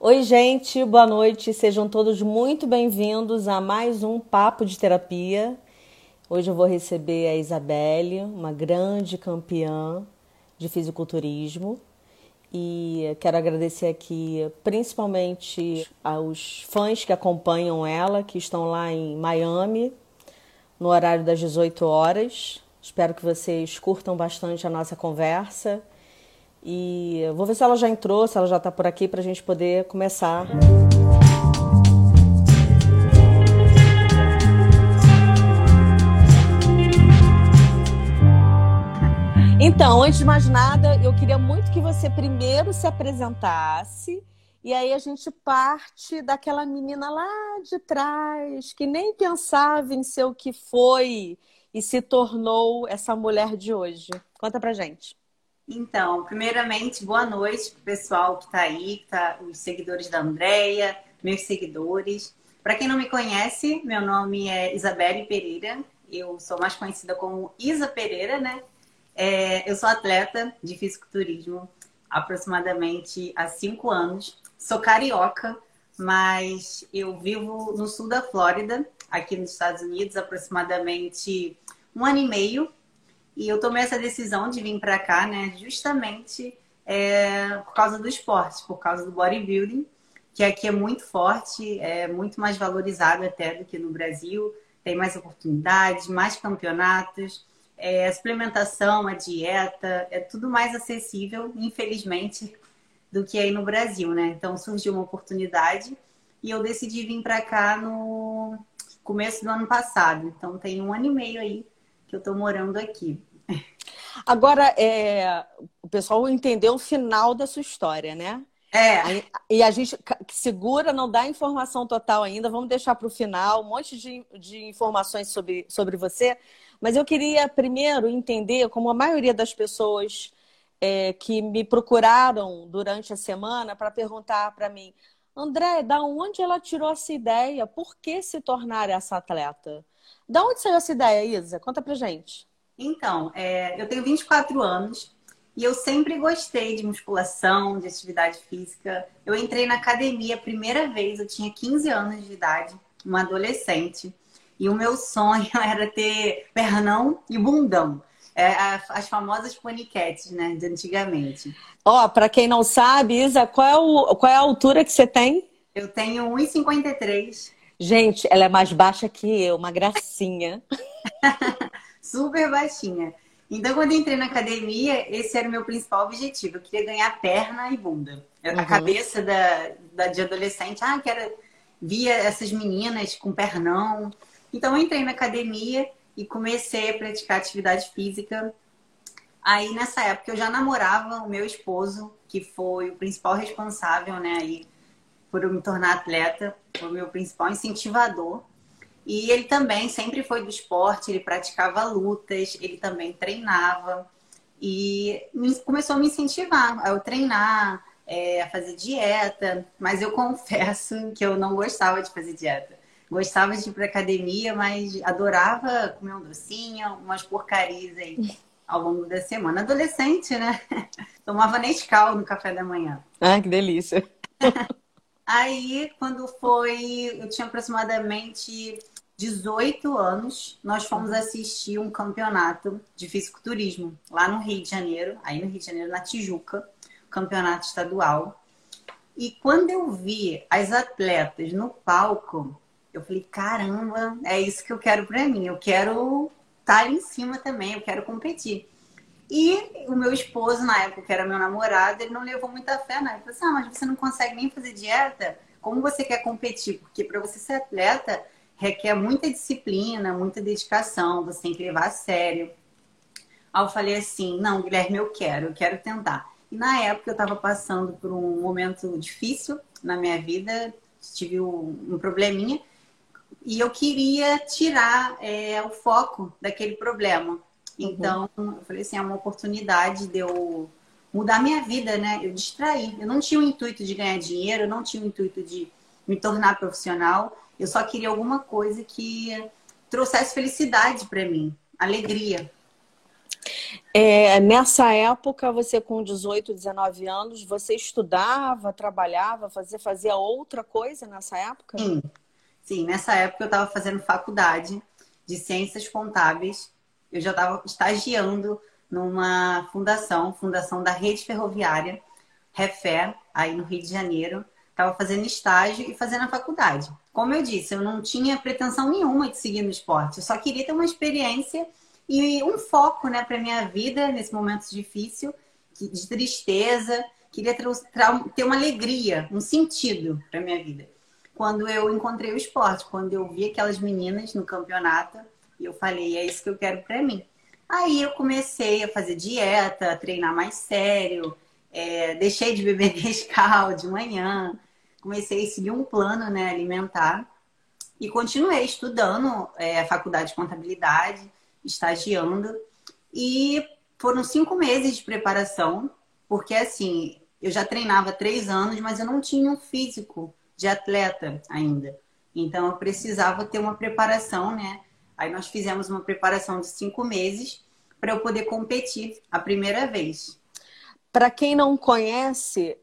Oi, gente, boa noite. Sejam todos muito bem-vindos a mais um Papo de Terapia. Hoje eu vou receber a Isabelle, uma grande campeã de fisiculturismo. E quero agradecer aqui principalmente aos fãs que acompanham ela, que estão lá em Miami, no horário das 18 horas. Espero que vocês curtam bastante a nossa conversa. E eu vou ver se ela já entrou, se ela já está por aqui para a gente poder começar. Então, antes de mais nada, eu queria muito que você primeiro se apresentasse e aí a gente parte daquela menina lá de trás que nem pensava em ser o que foi e se tornou essa mulher de hoje. Conta pra gente. Então, primeiramente, boa noite pro pessoal que tá aí, os seguidores da Andrea, meus seguidores. Para quem não me conhece, meu nome é Isabelle Pereira, eu sou mais conhecida como Isa Pereira, né? Eu sou atleta de fisiculturismo aproximadamente há 5 anos. Sou carioca, mas eu vivo no sul da Flórida, aqui nos Estados Unidos, aproximadamente 1 ano e meio. E eu tomei essa decisão de vir para cá, né, justamente por causa do esporte, por causa do bodybuilding, que aqui é muito forte, é muito mais valorizado até do que no Brasil, tem mais oportunidades, mais campeonatos, a suplementação, a dieta, é tudo mais acessível, infelizmente, do que aí no Brasil, né? Então surgiu uma oportunidade e eu decidi vir para cá no começo do ano passado. Então tem 1 ano e meio aí que eu tô morando aqui. Agora, o pessoal entendeu o final da sua história, né? É, E a gente segura, não dá informação total ainda, vamos deixar para o final um monte de informações sobre você. Mas eu queria primeiro entender, como a maioria das pessoas que me procuraram durante a semana para perguntar para mim, André, da onde ela tirou essa ideia? Por que se tornar essa atleta? Da onde saiu essa ideia, Isa? Conta pra gente. então, eu tenho 24 anos e eu sempre gostei de musculação, de atividade física. Eu entrei na academia a primeira vez, eu tinha 15 anos de idade, uma adolescente. E o meu sonho era ter pernão e bundão. As famosas paniquetes, né, de antigamente. Ó, para quem não sabe, Isa, qual é a altura que você tem? Eu tenho 1,53. Gente, ela é mais baixa que eu, uma gracinha. Super baixinha. Então, quando eu entrei na academia, esse era o meu principal objetivo. Eu queria ganhar perna e bunda. A Uhum. cabeça de adolescente, via essas meninas com pernão. Então, eu entrei na academia e comecei a praticar atividade física. Aí, nessa época, eu já namorava o meu esposo, que foi o principal responsável, né, aí, por eu me tornar atleta, foi o meu principal incentivador. E ele também sempre foi do esporte, ele praticava lutas, ele também treinava. E começou a me incentivar a eu treinar, a fazer dieta. Mas eu confesso que eu não gostava de fazer dieta. Gostava de ir para academia, mas adorava comer um docinho, umas porcarias aí ao longo da semana. Adolescente, né? Tomava Nescau no café da manhã. Ah, que delícia. Aí, quando foi, eu tinha aproximadamente 18 anos, nós fomos assistir um campeonato de fisiculturismo lá no Rio de Janeiro, aí no Rio de Janeiro, na Tijuca, campeonato estadual. E quando eu vi as atletas no palco, eu falei, caramba, é isso que eu quero pra mim. Eu quero estar ali em cima também, eu quero competir. E o meu esposo, na época, que era meu namorado, ele não levou muita fé, né? Ele falou assim, mas você não consegue nem fazer dieta? Como você quer competir? Porque para você ser atleta, requer muita disciplina, muita dedicação, você tem que levar a sério. Aí eu falei assim, não, Guilherme, eu quero tentar. E na época eu estava passando por um momento difícil na minha vida, tive um probleminha, e eu queria tirar o foco daquele problema. Uhum. Então, eu falei assim, é uma oportunidade de eu mudar minha vida, né? Eu distraí. Eu não tinha o intuito de ganhar dinheiro, eu não tinha o intuito de me tornar profissional. Eu só queria alguma coisa que trouxesse felicidade para mim, alegria. Nessa época, você com 18, 19 anos, você estudava, trabalhava, fazia outra coisa nessa época? Sim, sim, nessa época eu estava fazendo faculdade de ciências contábeis. Eu já estava estagiando numa fundação, Fundação da Rede Ferroviária, Refé, aí no Rio de Janeiro. Estava fazendo estágio e fazendo a faculdade. Como eu disse, eu não tinha pretensão nenhuma de seguir no esporte. Eu só queria ter uma experiência e um foco, né, para minha vida nesse momento difícil, de tristeza. Queria ter uma alegria, um sentido para minha vida. Quando eu encontrei o esporte, quando eu vi aquelas meninas no campeonato, eu falei, é isso que eu quero para mim. Aí eu comecei a fazer dieta, a treinar mais sério, deixei de beber Nescau de manhã, comecei a seguir um plano, né, alimentar e continuei estudando a faculdade de contabilidade, estagiando e foram 5 meses de preparação, porque assim, eu já treinava há 3 anos, mas eu não tinha um físico de atleta ainda. Então eu precisava ter uma preparação, né? Aí nós fizemos uma preparação de 5 meses para eu poder competir a primeira vez. Para quem não conhece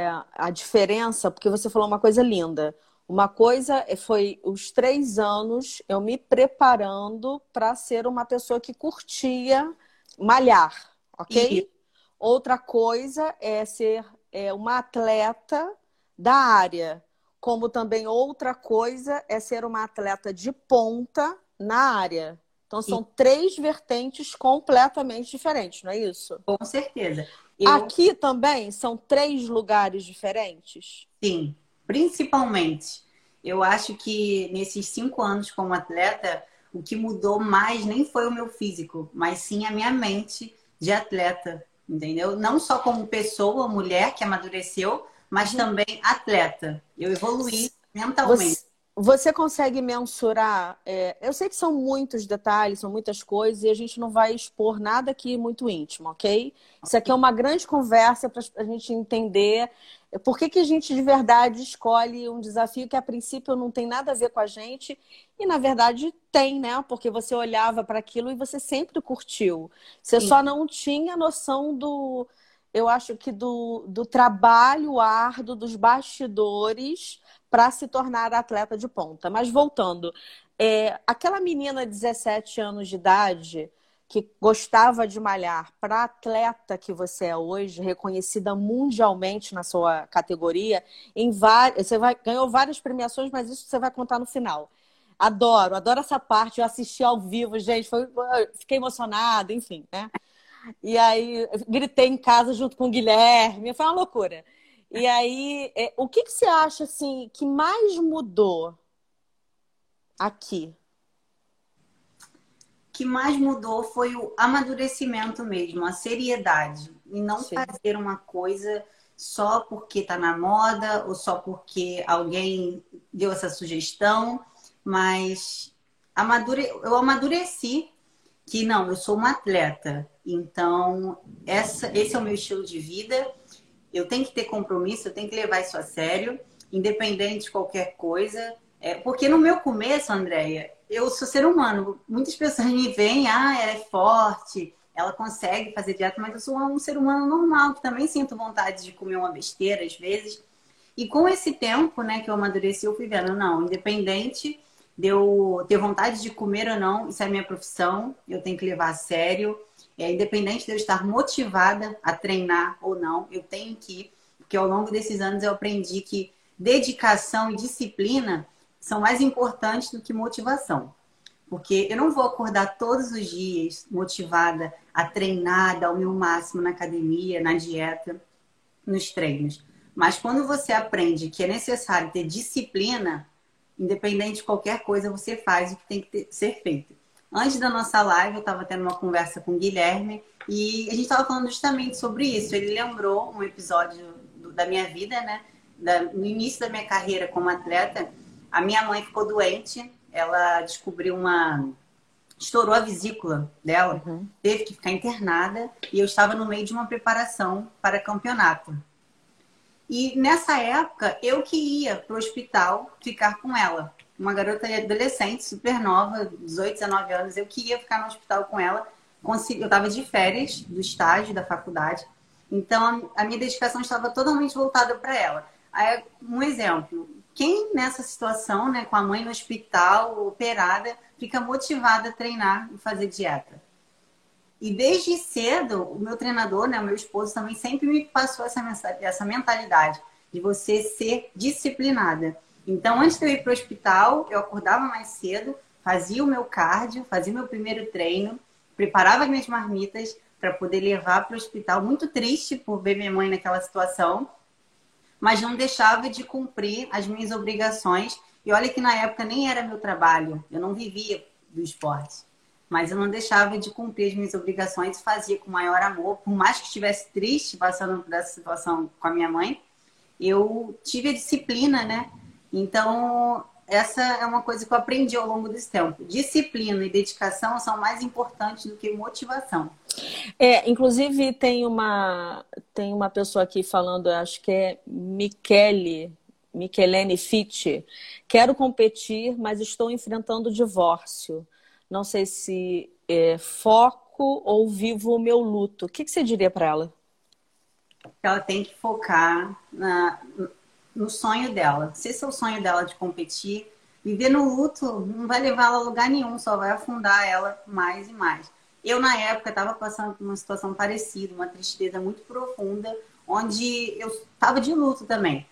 a diferença, porque você falou uma coisa linda. Uma coisa foi os 3 anos eu me preparando para ser uma pessoa que curtia malhar, E ok? Outra coisa é ser uma atleta da área, como também outra coisa é ser uma atleta de ponta na área. Então são três vertentes completamente diferentes, não é isso? com certeza. Eu, Aqui também são três lugares diferentes? sim, principalmente, eu acho que nesses 5 anos como atleta, o que mudou mais nem foi o meu físico, mas sim a minha mente de atleta, entendeu? Não só como pessoa, mulher que amadureceu, mas Uhum. também atleta. Eu evoluí mentalmente. Você consegue mensurar? Eu sei que são muitos detalhes, são muitas coisas, e a gente não vai expor nada aqui muito íntimo, ok? Isso aqui é uma grande conversa para a gente entender por que a gente de verdade escolhe um desafio que a princípio não tem nada a ver com a gente, e na verdade tem, né? Porque você olhava para aquilo e você sempre curtiu. Você Sim, só não tinha noção eu acho que do trabalho árduo, dos bastidores para se tornar atleta de ponta. Mas voltando, aquela menina de 17 anos de idade que gostava de malhar, para atleta que você é hoje, reconhecida mundialmente na sua categoria, você ganhou várias premiações, mas isso você vai contar no final. Adoro, adoro essa parte. Eu assisti ao vivo, gente, fiquei emocionada, enfim, né? E aí gritei em casa junto com o Guilherme, foi uma loucura. E aí, o que você acha assim que mais mudou aqui? o que mais mudou foi o amadurecimento mesmo, a seriedade, e não Sim. fazer uma coisa só porque está na moda ou só porque alguém deu essa sugestão, mas eu amadureci que não, eu sou uma atleta, então esse é o meu estilo de vida. Eu tenho que ter compromisso, eu tenho que levar isso a sério, independente de qualquer coisa. Porque no meu começo, Andréia, eu sou ser humano. Muitas pessoas me veem, ela é forte, ela consegue fazer dieta, mas eu sou um ser humano normal, que também sinto vontade de comer uma besteira às vezes. E com esse tempo, né, que eu amadureci, eu fui vendo, não, independente de eu ter vontade de comer ou não, isso é minha profissão, eu tenho que levar a sério. Independente de eu estar motivada a treinar ou não, eu tenho que ir, porque ao longo desses anos eu aprendi que dedicação e disciplina são mais importantes do que motivação. Porque eu não vou acordar todos os dias motivada a treinar, dar o meu máximo na academia, na dieta, nos treinos. Mas quando você aprende que é necessário ter disciplina, independente de qualquer coisa, você faz o que tem que ser feito. Antes da nossa live, eu estava tendo uma conversa com o Guilherme e a gente estava falando justamente sobre isso. Ele lembrou um episódio da minha vida, né? No início da minha carreira como atleta, a minha mãe ficou doente, ela descobriu estourou a vesícula dela, Uhum. teve que ficar internada e eu estava no meio de uma preparação para campeonato. E nessa época, eu que ia para o hospital ficar com ela. Uma garota adolescente, super nova, 18, 19 anos, eu queria ficar no hospital com ela eu estava de férias do estágio da faculdade, então a minha dedicação estava totalmente voltada para ela. Aí, um exemplo, quem nessa situação, né, com a mãe no hospital, operada, fica motivada a treinar e fazer dieta? E desde cedo, o meu treinador, né, o meu esposo também sempre me passou essa mentalidade de você ser disciplinada. Então, antes de eu ir para o hospital, eu acordava mais cedo, fazia o meu cardio, fazia o meu primeiro treino, preparava as minhas marmitas para poder levar para o hospital. Muito triste por ver minha mãe naquela situação, mas não deixava de cumprir as minhas obrigações. E olha que na época nem era meu trabalho, eu não vivia do esporte. Mas eu não deixava de cumprir as minhas obrigações e fazia com maior amor. Por mais que estivesse triste passando por essa situação com a minha mãe, eu tive a disciplina, né? Então, essa é uma coisa que eu aprendi ao longo desse tempo. Disciplina e dedicação são mais importantes do que motivação. Inclusive tem uma pessoa aqui falando, acho que é Michelene Fitti. Quero competir, mas estou enfrentando divórcio. Não sei se é foco ou vivo o meu luto. O que você diria para ela? Ela tem que focar no sonho dela. Se esse é o sonho dela de competir, viver no luto não vai levá-la a lugar nenhum, só vai afundar ela mais e mais. Eu, na época, estava passando por uma situação parecida, uma tristeza muito profunda, onde eu estava de luto também.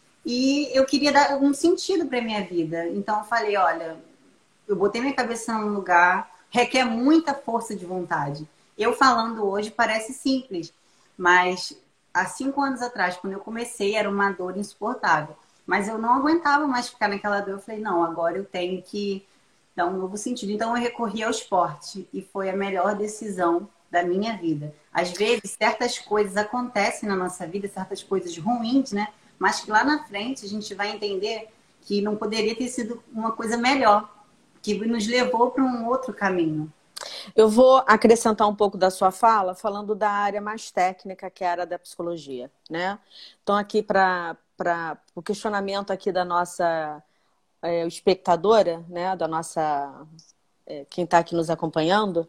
E eu queria dar um sentido para minha vida. Então, eu falei: olha, eu botei minha cabeça num lugar, requer muita força de vontade. Eu falando hoje parece simples, mas há 5 anos atrás, quando eu comecei, era uma dor insuportável. Mas eu não aguentava mais ficar naquela dor. Eu falei: não, agora eu tenho que dar um novo sentido. Então eu recorri ao esporte e foi a melhor decisão da minha vida. Às vezes, certas coisas acontecem na nossa vida, certas coisas ruins, né? Mas que lá na frente a gente vai entender que não poderia ter sido uma coisa melhor, que nos levou para um outro caminho. Eu vou acrescentar um pouco da sua fala, falando da área mais técnica, que é a área da psicologia, né? Então, aqui para o questionamento aqui da nossa espectadora, né? Da nossa quem está aqui nos acompanhando.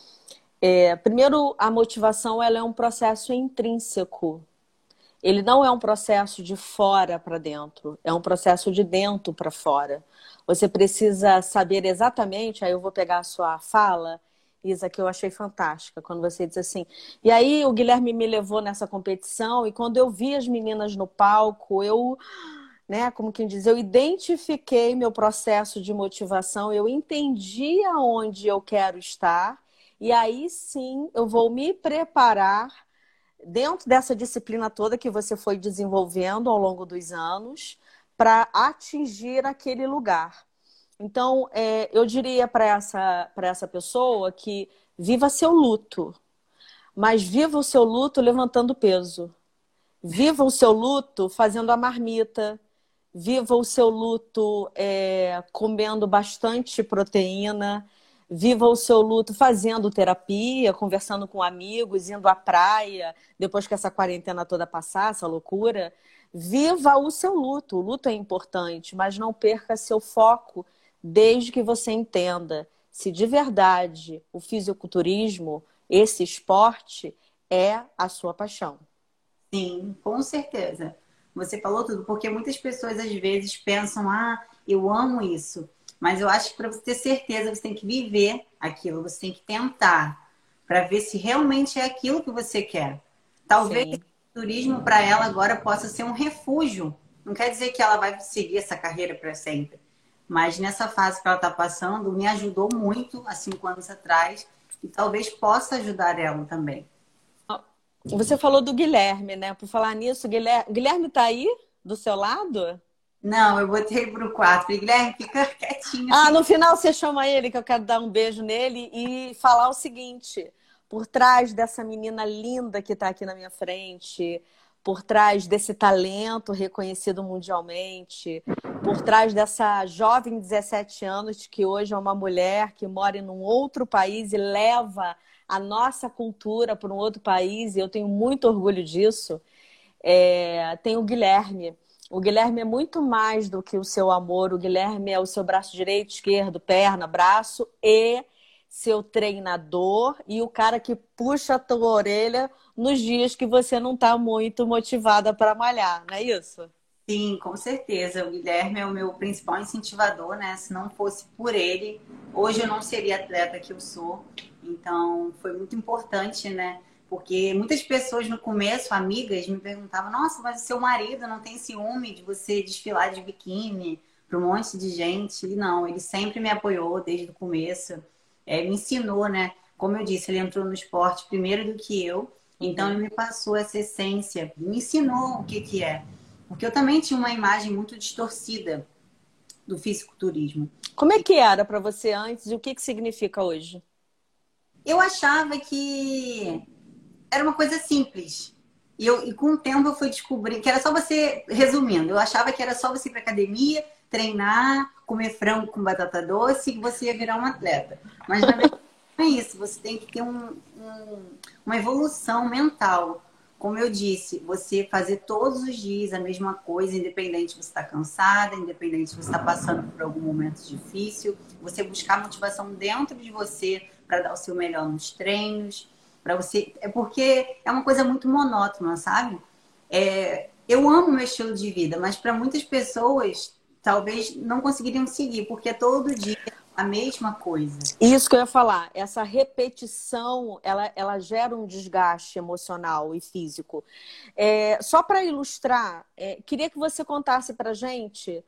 Primeiro, a motivação ela é um processo intrínseco. Ele não é um processo de fora para dentro, é um processo de dentro para fora. Você precisa saber exatamente, aí eu vou pegar a sua fala, Isa, que eu achei fantástica, quando você diz assim, e aí o Guilherme me levou nessa competição, e quando eu vi as meninas no palco, eu, né, como quem diz, eu identifiquei meu processo de motivação, eu entendi aonde eu quero estar, e aí sim eu vou me preparar dentro dessa disciplina toda que você foi desenvolvendo ao longo dos anos para atingir aquele lugar. Então, eu diria para essa pessoa que viva seu luto, mas viva o seu luto levantando peso. Viva o seu luto fazendo a marmita. Viva o seu luto comendo bastante proteína. Viva o seu luto fazendo terapia, conversando com amigos, indo à praia, depois que essa quarentena toda passar, essa loucura. Viva o seu luto. O luto é importante, mas não perca seu foco desde que você entenda se de verdade o fisiculturismo, esse esporte, é a sua paixão. Sim, com certeza. Você falou tudo, porque muitas pessoas às vezes pensam: ah, eu amo isso. Mas eu acho que para você ter certeza, você tem que viver aquilo, você tem que tentar, para ver se realmente é aquilo que você quer. Talvez o Sim. turismo para ela agora possa ser um refúgio. Não quer dizer que ela vai seguir essa carreira para sempre. Mas nessa fase que ela está passando, me ajudou muito há 5 anos atrás e talvez possa ajudar ela também. Você falou do Guilherme, né? Por falar nisso, Guilherme tá aí do seu lado? Não, eu botei pro quarto. Falei: Guilherme, fica quietinho, Ah, fica. no final você chama ele, que eu quero dar um beijo nele e falar o seguinte: por trás dessa menina linda que está aqui na minha frente, por trás desse talento reconhecido mundialmente, por trás dessa jovem de 17 anos que hoje é uma mulher que mora em um outro país e leva a nossa cultura para um outro país, e eu tenho muito orgulho disso. Tem o Guilherme. O Guilherme é muito mais do que o seu amor. O Guilherme é o seu braço direito, esquerdo, perna, braço e seu treinador e o cara que puxa a tua orelha nos dias que você não está muito motivada para malhar, não é isso? Sim, com certeza. O Guilherme é o meu principal incentivador, né? Se não fosse por ele, hoje eu não seria a atleta que eu sou. Então, foi muito importante, né? Porque muitas pessoas no começo, amigas, me perguntavam: Nossa, mas o seu marido não tem ciúme de você desfilar de biquíni para um monte de gente? E não, ele sempre me apoiou desde o começo. Me ensinou, né? Como eu disse, ele entrou no esporte primeiro do que eu. Então, Uhum. ele me passou essa essência, me ensinou o que que é. Porque eu também tinha uma imagem muito distorcida do fisiculturismo. Como é que era para você antes e o que que significa hoje? Eu achava que era uma coisa simples. E com o tempo eu fui descobrir que era só você, resumindo, eu achava que era só você ir para academia, treinar, comer frango com batata doce e você ia virar um atleta. Mas na verdade não é isso, você tem que ter uma evolução mental. Como eu disse, você fazer todos os dias a mesma coisa, independente se você está cansada, independente se você está passando por algum momento difícil, você buscar motivação dentro de você para dar o seu melhor nos treinos, para você. É porque é uma coisa muito monótona, sabe? Eu amo meu estilo de vida, mas para muitas pessoas talvez não conseguiriam seguir, porque é todo dia a mesma coisa. Isso que eu ia falar, essa repetição, ela gera um desgaste emocional e físico. Só para ilustrar, queria que você contasse para gente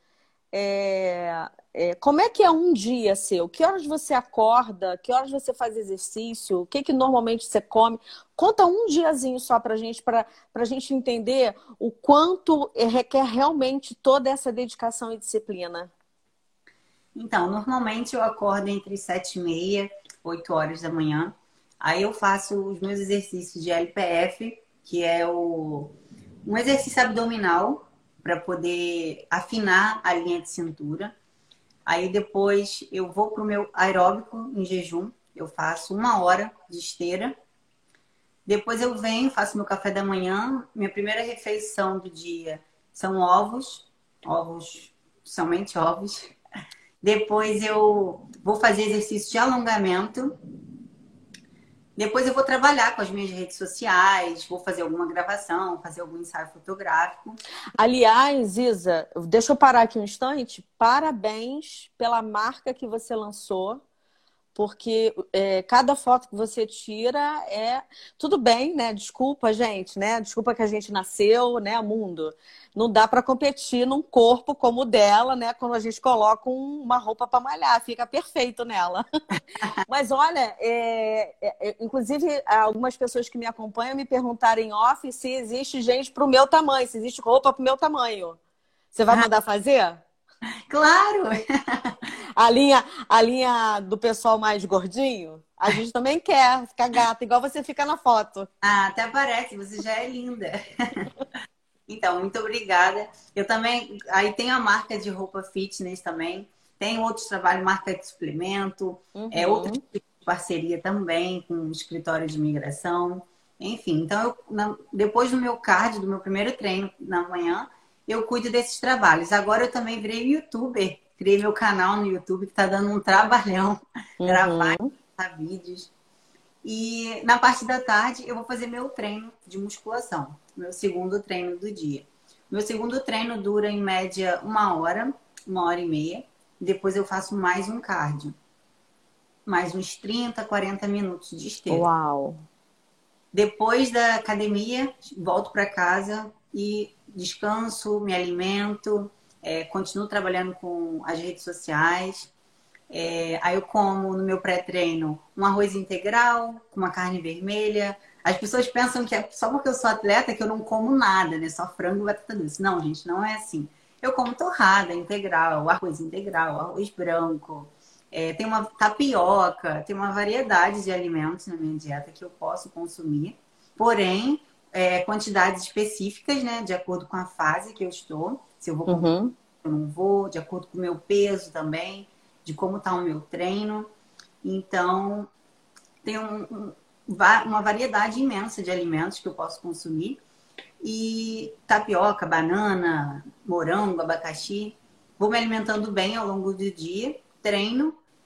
como é que é um dia seu? Que horas você acorda? Que horas você faz exercício? O que que normalmente você come? Conta um diazinho só para a gente entender o quanto requer realmente toda essa dedicação e disciplina. Então, normalmente eu acordo entre 7h30, 8 horas da manhã. Aí eu faço os meus exercícios de LPF, que é um exercício abdominal para poder afinar a linha de cintura. Aí depois eu vou para o meu aeróbico em jejum. Eu faço 1 hora de esteira. Depois eu venho, faço meu café da manhã. Minha primeira refeição do dia são ovos, somente ovos. Depois eu vou fazer exercício de alongamento. Depois eu vou trabalhar com as minhas redes sociais, vou fazer alguma gravação, fazer algum ensaio fotográfico. Aliás, Isa, deixa eu parar aqui um instante. Parabéns pela marca que você lançou. Porque cada foto que você tira é tudo bem, né? Desculpa, gente, né? Desculpa que a gente nasceu, né, mundo. Não dá para competir num corpo como o dela, né? Quando a gente coloca uma roupa para malhar, fica perfeito nela. Mas olha, inclusive algumas pessoas que me acompanham me perguntaram em off se existe gente para o meu tamanho, se existe roupa para o meu tamanho. Você vai mandar fazer? Claro! A linha do pessoal mais gordinho, a gente também quer ficar gata, igual você fica na foto. Ah, até parece, você já é linda. Então, muito obrigada. Eu também, aí tem a marca de roupa fitness também. Tem outros trabalhos, marca de suplemento, outro Uhum. tipo de parceria também com o escritório de imigração. Enfim, então depois do meu cardio, do meu primeiro treino na manhã, eu cuido desses trabalhos. Agora eu também virei youtuber. Criei meu canal no YouTube que está dando um trabalhão gravar Uhum. vídeos. E na parte da tarde eu vou fazer meu treino de musculação, meu segundo treino do dia. Meu segundo treino dura em média 1 hora, 1 hora e meia. Depois eu faço mais um cardio, mais uns 30, 40 minutos de esteira. Uau! Depois da academia, volto para casa e descanso, me alimento, continuo trabalhando com as redes sociais. Aí eu como no meu pré-treino um arroz integral com uma carne vermelha. As pessoas pensam que é só porque eu sou atleta que eu não como nada, né? Só frango e batata doce. Não, gente, não é assim. Eu como torrada integral, arroz branco. Tem uma tapioca, tem uma variedade de alimentos na minha dieta que eu posso consumir. Porém, quantidades específicas, né? De acordo com a fase que eu estou. Se eu vou comer, Uhum. eu não vou. De acordo com o meu peso também, de como está o meu treino. Então, tem uma variedade imensa de alimentos que eu posso consumir. E tapioca, banana, morango, abacaxi. Vou me alimentando bem ao longo do dia, treino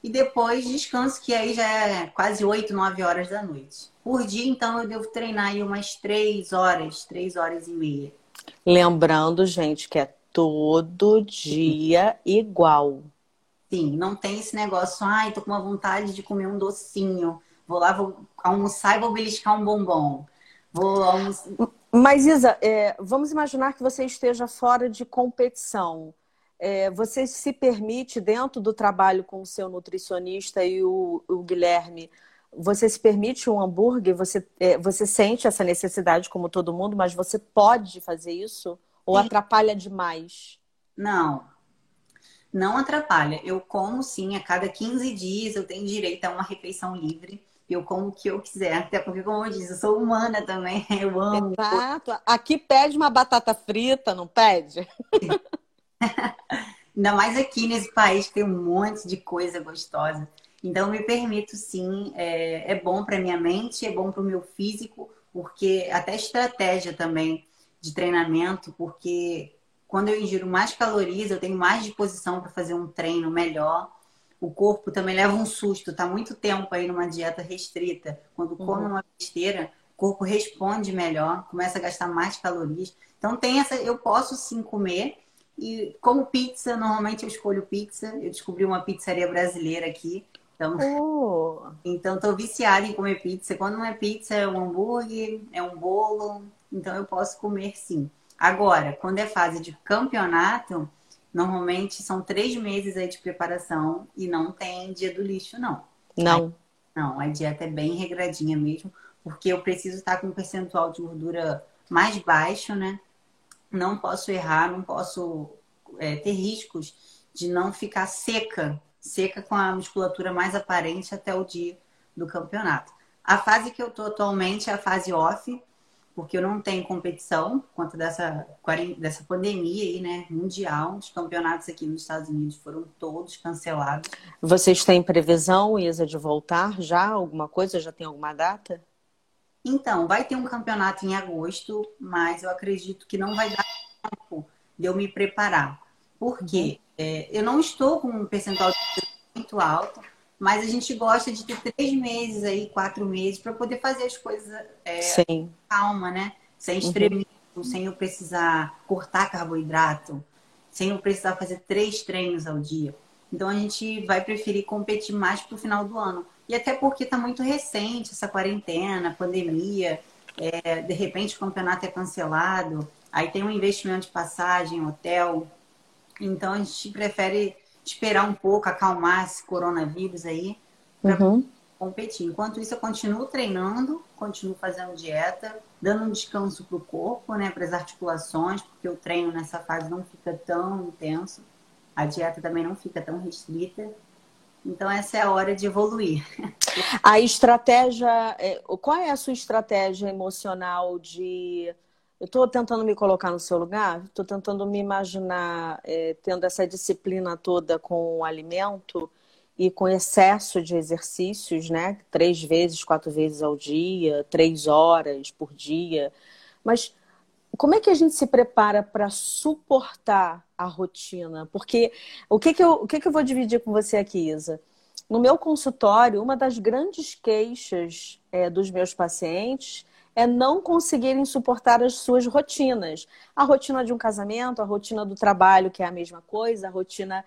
e depois descanso, que aí já é quase 8, 9 horas da noite. Por dia, então, eu devo treinar aí umas 3 horas, 3 horas e meia. Lembrando, gente, que é todo dia igual. Sim, não tem esse negócio, ai, tô com uma vontade de comer um docinho. Vou lá, vou almoçar e vou beliscar um bombom. Vou almoçar. Mas, Isa, vamos imaginar que você esteja fora de competição. Você se permite, dentro do trabalho com o seu nutricionista e o Guilherme, você se permite um hambúrguer? Você sente essa necessidade como todo mundo, mas você pode fazer isso? Ou Sim, atrapalha demais? não, não atrapalha. Eu como sim, a cada 15 dias eu tenho direito a uma refeição livre. Eu como o que eu quiser, até porque, como eu disse, eu sou humana também. Eu amo. Exato. Aqui pede uma batata frita, não pede? Ainda mais aqui nesse país que tem um monte de coisa gostosa. Então, eu me permito sim, é bom para minha mente, é bom para o meu físico, porque até estratégia também de treinamento, porque quando eu ingiro mais calorias, eu tenho mais disposição para fazer um treino melhor. O corpo também leva um susto, tá muito tempo aí numa dieta restrita. Quando come Uhum. uma besteira, o corpo responde melhor, começa a gastar mais calorias. Então tem essa, eu posso sim comer, e como pizza, normalmente eu escolho pizza. Eu descobri uma pizzaria brasileira aqui. Então, Oh. então tô viciada em comer pizza. Quando não é pizza, é um hambúrguer, é um bolo. Então eu posso comer sim. Agora, quando é fase de campeonato, normalmente são 3 meses aí de preparação e não tem dia do lixo, não. Aí, Não. não, a dieta é bem regradinha mesmo, porque eu preciso estar com um percentual de gordura mais baixo, né? Não posso errar, não posso ter riscos de não ficar seca com a musculatura mais aparente até o dia do campeonato. A fase que eu tô atualmente é a fase off, porque eu não tenho competição por conta dessa pandemia aí, né, mundial. Os campeonatos aqui nos Estados Unidos foram todos cancelados. Vocês têm previsão, Isa, de voltar já? Alguma coisa? Já tem alguma data? Então, vai ter um campeonato em agosto, mas eu acredito que não vai dar tempo de eu me preparar. Por Uhum. quê? Eu não estou com um percentual de muito alto, mas a gente gosta de ter 3 meses aí, 4 meses, para poder fazer as coisas Sim. calma, né? Sem Uhum. extremismo, sem eu precisar cortar carboidrato, sem eu precisar fazer 3 treinos ao dia. Então a gente vai preferir competir mais pro final do ano. E até porque está muito recente essa quarentena, pandemia, de repente o campeonato é cancelado, aí tem um investimento de passagem, hotel. Então a gente prefere esperar um pouco, acalmar esse coronavírus aí, para Uhum. competir. Enquanto isso, eu continuo treinando, continuo fazendo dieta, dando um descanso para o corpo, né, para as articulações, porque o treino nessa fase não fica tão intenso, a dieta também não fica tão restrita. Então, essa é a hora de evoluir. A estratégia, qual é a sua estratégia emocional de. Eu estou tentando me colocar no seu lugar, estou tentando me imaginar tendo essa disciplina toda com o alimento e com excesso de exercícios, né? 3 vezes, 4 vezes ao dia, 3 horas por dia. Mas como é que a gente se prepara para suportar a rotina? Porque o que que eu vou dividir com você aqui, Isa? No meu consultório, uma das grandes queixas dos meus pacientes é não conseguirem suportar as suas rotinas. A rotina de um casamento, a rotina do trabalho, que é a mesma coisa, a rotina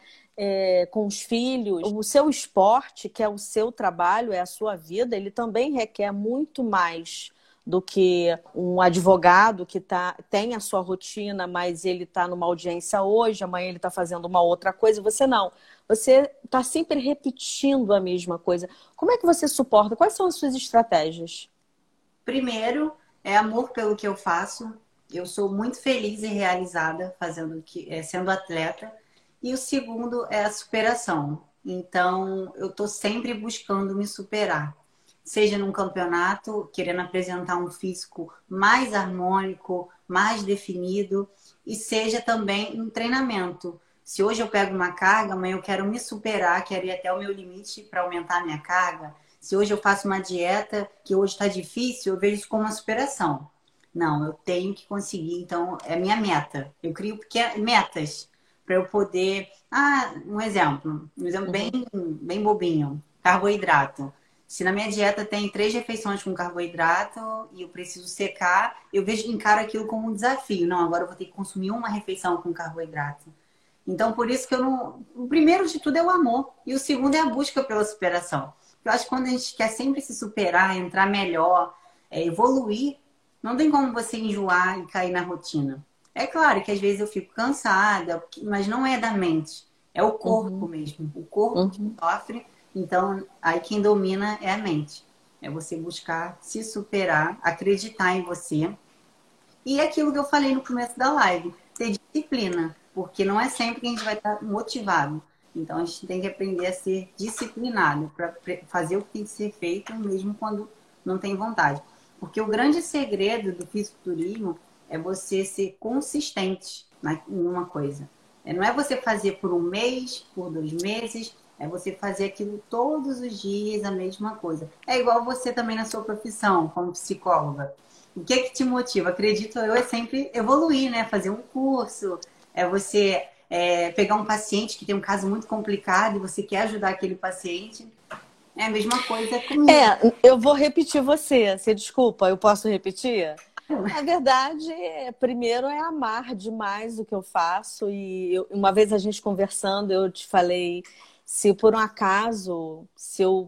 com os filhos. O seu esporte, que é o seu trabalho, é a sua vida, ele também requer muito mais do que um advogado que tem a sua rotina, mas ele está numa audiência hoje, amanhã ele está fazendo uma outra coisa. Você não. Você está sempre repetindo a mesma coisa. Como é que você suporta? Quais são as suas estratégias? Primeiro, é amor pelo que eu faço. Eu sou muito feliz e realizada sendo atleta. E o segundo é a superação. Então, eu estou sempre buscando me superar. Seja num campeonato, querendo apresentar um físico mais harmônico, mais definido, e seja também um treinamento. Se hoje eu pego uma carga, amanhã eu quero me superar, quero ir até o meu limite para aumentar a minha carga. Se hoje eu faço uma dieta que hoje está difícil, eu vejo isso como uma superação. Não, eu tenho que conseguir. Então, é minha meta. Eu crio metas para eu poder... um exemplo bem, Uhum. bem bobinho. Carboidrato. Se na minha dieta tem 3 refeições com carboidrato e eu preciso secar, eu vejo, encaro aquilo como um desafio. Não, agora eu vou ter que consumir uma refeição com carboidrato. Então, por isso que eu não... O primeiro de tudo é o amor. E o segundo é a busca pela superação. Eu acho que quando a gente quer sempre se superar, entrar melhor, evoluir, não tem como você enjoar e cair na rotina. É claro que às vezes eu fico cansada, mas não é da mente. É o corpo Uhum. mesmo. O corpo que Uhum. sofre. Então, aí quem domina é a mente. É você buscar se superar, acreditar em você e aquilo que eu falei no começo da live, ter disciplina, porque não é sempre que a gente vai estar motivado. Então a gente tem que aprender a ser disciplinado para fazer o que tem que ser feito, mesmo quando não tem vontade. Porque o grande segredo do fisiculturismo é você ser consistente em uma coisa. Não é você fazer por um mês, por 2 meses, é você fazer aquilo todos os dias, a mesma coisa. É igual você também na sua profissão, como psicóloga. O que é que te motiva? Acredito eu, é sempre evoluir, né? Fazer um curso, é você pegar um paciente que tem um caso muito complicado e você quer ajudar aquele paciente. É a mesma coisa comigo. Eu vou repetir você. Você desculpa, eu posso repetir? Na verdade, primeiro é amar demais o que eu faço. Uma vez a gente conversando, eu te falei, se por um acaso, se eu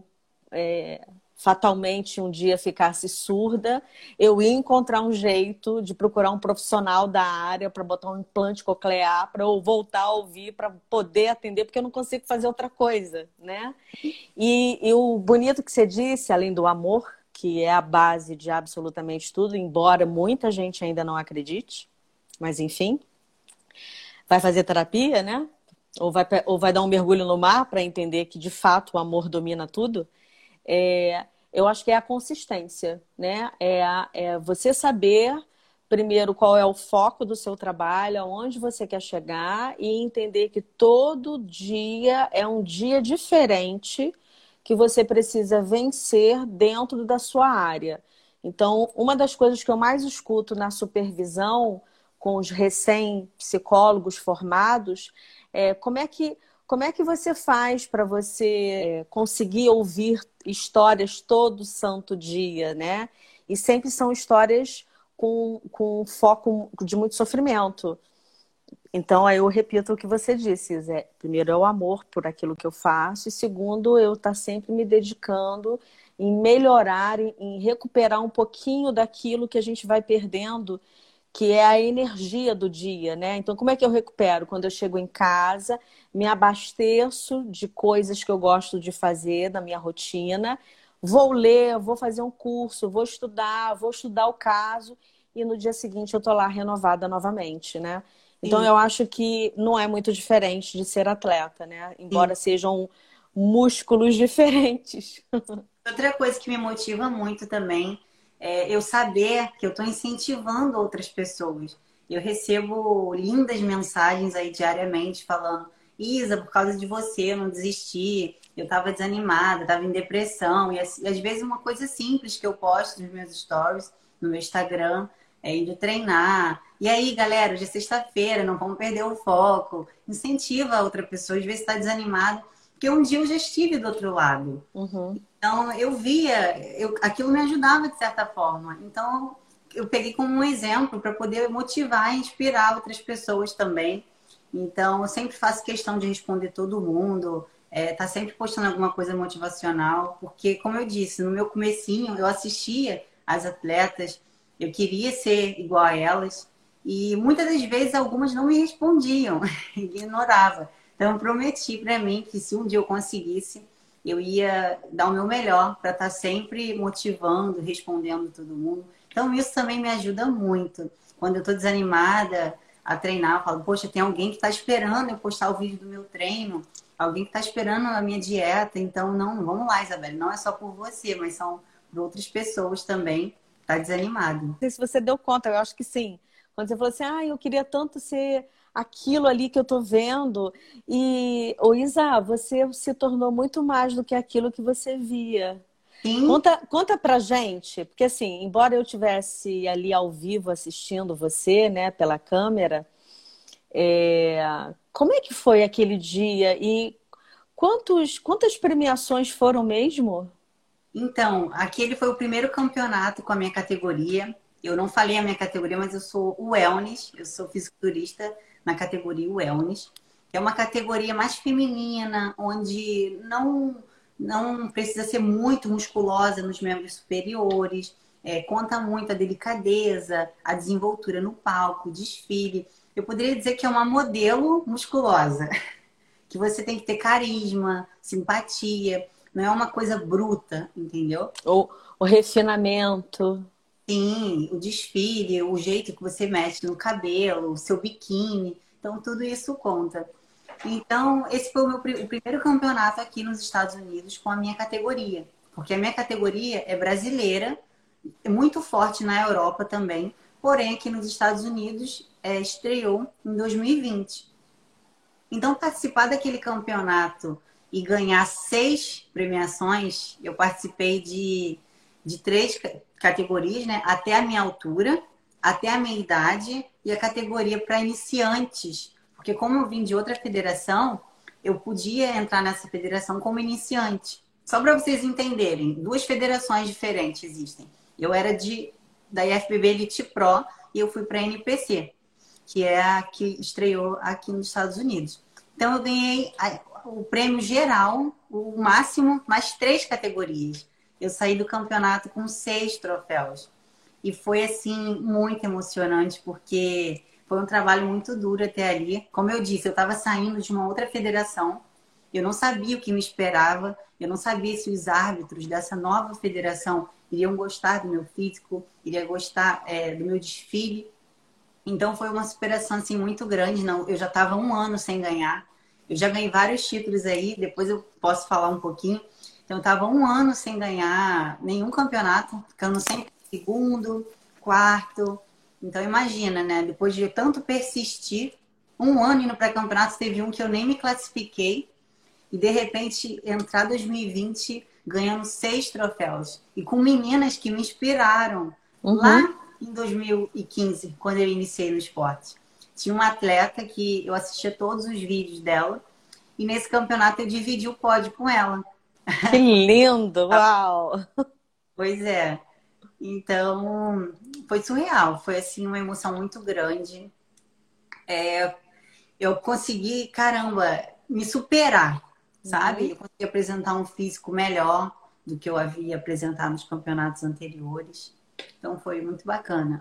fatalmente um dia ficasse surda, eu ia encontrar um jeito de procurar um profissional da área para botar um implante coclear, para eu voltar a ouvir, para poder atender, porque eu não consigo fazer outra coisa, né? E o bonito que você disse, além do amor, que é a base de absolutamente tudo, embora muita gente ainda não acredite, mas enfim, vai fazer terapia, né? Ou vai dar um mergulho no mar para entender que de fato o amor domina tudo. Eu acho que é a consistência, né? É você saber primeiro qual é o foco do seu trabalho, aonde você quer chegar e entender que todo dia é um dia diferente que você precisa vencer dentro da sua área. Então, uma das coisas que eu mais escuto na supervisão com os recém-psicólogos formados é como é que você faz para você conseguir ouvir histórias todo santo dia, né? E sempre são histórias com foco de muito sofrimento. Então, aí eu repito o que você disse, Zé. Primeiro é o amor por aquilo que eu faço, e segundo, eu estar sempre me dedicando em melhorar, em recuperar um pouquinho daquilo que a gente vai perdendo, que é a energia do dia, né? Então, como é que eu recupero? Quando eu chego em casa, me abasteço de coisas que eu gosto de fazer na minha rotina, vou ler, vou fazer um curso, vou estudar o caso, e no dia seguinte eu tô lá renovada novamente, né? Então, Sim, eu acho que não é muito diferente de ser atleta, né? sim. Embora sejam músculos diferentes. Outra coisa que me motiva muito também é eu saber que eu estou incentivando outras pessoas. Eu recebo lindas mensagens aí diariamente falando: Isa, por causa de você, eu não desisti, eu estava desanimada, estava em depressão. E às vezes uma coisa simples que eu posto nos meus stories, no meu Instagram, é indo treinar. E aí, galera, hoje é sexta-feira, não vamos perder o foco. Incentiva a outra pessoa, às vezes está desanimado, porque um dia eu já estive do outro lado. Uhum. Então, eu via, aquilo me ajudava de certa forma. Então, eu peguei como um exemplo para poder motivar e inspirar outras pessoas também. Então, eu sempre faço questão de responder todo mundo, tá sempre postando alguma coisa motivacional, porque, como eu disse, no meu comecinho, eu assistia às atletas, eu queria ser igual a elas, e muitas das vezes algumas não me respondiam, ignorava. Então, eu prometi para mim que se um dia eu conseguisse, eu ia dar o meu melhor para estar sempre motivando, respondendo todo mundo. Então, isso também me ajuda muito. Quando eu estou desanimada a treinar, eu falo, poxa, tem alguém que está esperando eu postar o vídeo do meu treino, alguém que está esperando a minha dieta. Então, não, vamos lá, Isabela, não é só por você, mas são por outras pessoas também. Tá desanimado. Não sei se você deu conta, eu acho que sim. Quando você falou assim, eu queria tanto ser aquilo ali que eu tô vendo. E, ô Isa, você se tornou muito mais do que aquilo que você via. Sim, Conta pra gente, porque assim, embora eu tivesse ali ao vivo assistindo você, né, pela câmera, Como é que foi aquele dia e quantas premiações foram mesmo? Então, aquele foi o primeiro campeonato com a minha categoria. Eu não falei a minha categoria, mas eu sou o wellness, eu sou fisiculturista na categoria wellness, que é uma categoria mais feminina, onde não precisa ser muito musculosa nos membros superiores, conta muito a delicadeza, a desenvoltura no palco, o desfile. Eu poderia dizer que é uma modelo musculosa, que você tem que ter carisma, simpatia, não é uma coisa bruta, entendeu? O refinamento? Sim, o desfile, o jeito que você mexe no cabelo, o seu biquíni, então tudo isso conta. Então, esse foi o primeiro campeonato aqui nos Estados Unidos com a minha categoria, porque a minha categoria é brasileira, é muito forte na Europa também, porém aqui nos Estados Unidos estreou em 2020. Então, participar daquele campeonato e ganhar 6 premiações, eu participei de 3 categorias, né? Até a minha altura, até a minha idade e a categoria para iniciantes. Porque como eu vim de outra federação, eu podia entrar nessa federação como iniciante. Só para vocês entenderem, 2 federações diferentes existem. Eu era da IFBB Elite Pro e eu fui para a NPC, que é a que estreou aqui nos Estados Unidos. Então, eu ganhei o prêmio geral, o máximo, mais 3 categorias. Eu saí do campeonato com 6 troféus. E foi, assim, muito emocionante, porque foi um trabalho muito duro até ali. Como eu disse, eu estava saindo de uma outra federação, eu não sabia o que me esperava, eu não sabia se os árbitros dessa nova federação iriam gostar do meu físico, iriam gostar do meu desfile. Então foi uma superação assim muito grande. Não, eu já estava um ano sem ganhar. Eu já ganhei vários títulos aí, depois eu posso falar um pouquinho. Então eu estava um ano sem ganhar nenhum campeonato, ficando sempre em segundo, quarto. Então imagina, né? Depois de tanto persistir, um ano indo para campeonato, teve um que eu nem me classifiquei e de repente entrar 2020 ganhando 6 troféus e com meninas que me inspiraram lá Uhum. em 2015, quando eu iniciei no esporte. Tinha uma atleta que eu assistia todos os vídeos dela e nesse campeonato eu dividi o pódio com ela. Que lindo! Uau! Pois é. Então, foi surreal. Foi, assim, uma emoção muito grande. Eu consegui, caramba, me superar, sabe? Uhum. Eu consegui apresentar um físico melhor do que eu havia apresentado nos campeonatos anteriores. Então, foi muito bacana.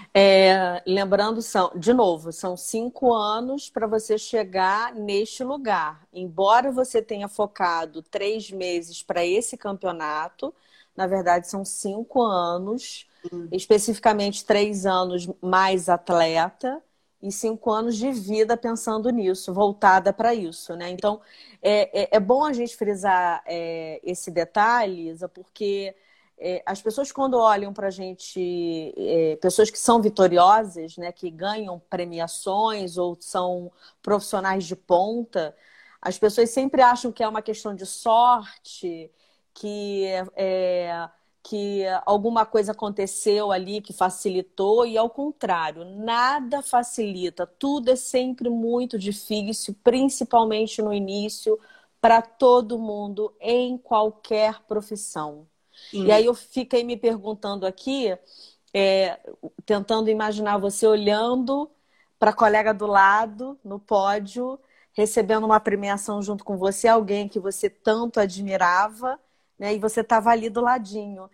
Lembrando, de novo, são 5 anos para você chegar neste lugar. Embora você tenha focado 3 meses para esse campeonato, na verdade são 5 anos, especificamente 3 anos mais atleta e 5 anos de vida pensando nisso, voltada para isso, né? Então, é bom a gente frisar esse detalhe, Isa, porque as pessoas quando olham para a gente, pessoas que são vitoriosas, né, que ganham premiações ou são profissionais de ponta, as pessoas sempre acham que é uma questão de sorte, que, é, que alguma coisa aconteceu ali que facilitou, e ao contrário, nada facilita, tudo é sempre muito difícil, principalmente no início, para todo mundo, em qualquer profissão. E Sim. aí eu fiquei me perguntando aqui, é, tentando imaginar você olhando para a colega do lado, no pódio, recebendo uma premiação junto com você, alguém que você tanto admirava, né? E você estava ali do ladinho.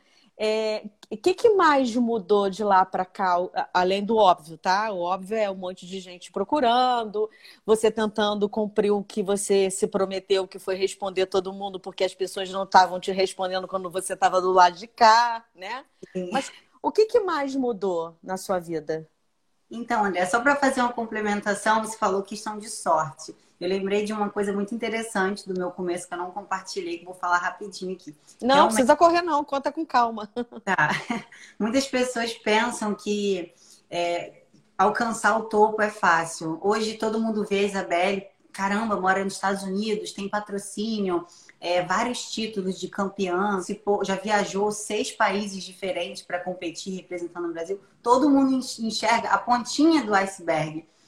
O que mais mudou de lá para cá, além do óbvio, tá? O óbvio é um monte de gente procurando, você tentando cumprir o que você se prometeu, que foi responder todo mundo, porque as pessoas não estavam te respondendo quando você estava do lado de cá, né? Mas o que mais mudou na sua vida? Então, André, só para fazer uma complementação, você falou questão de sorte. Eu lembrei de uma coisa muito interessante do meu começo que eu não compartilhei, que eu vou falar rapidinho aqui. Não, Realmente, precisa correr não, conta com calma. tá. Muitas pessoas pensam que alcançar o topo é fácil. Hoje todo mundo vê a Isabelle, caramba, mora nos Estados Unidos, tem patrocínio, vários títulos de campeã, já viajou 6 países diferentes para competir representando o Brasil. Todo mundo enxerga a pontinha do iceberg.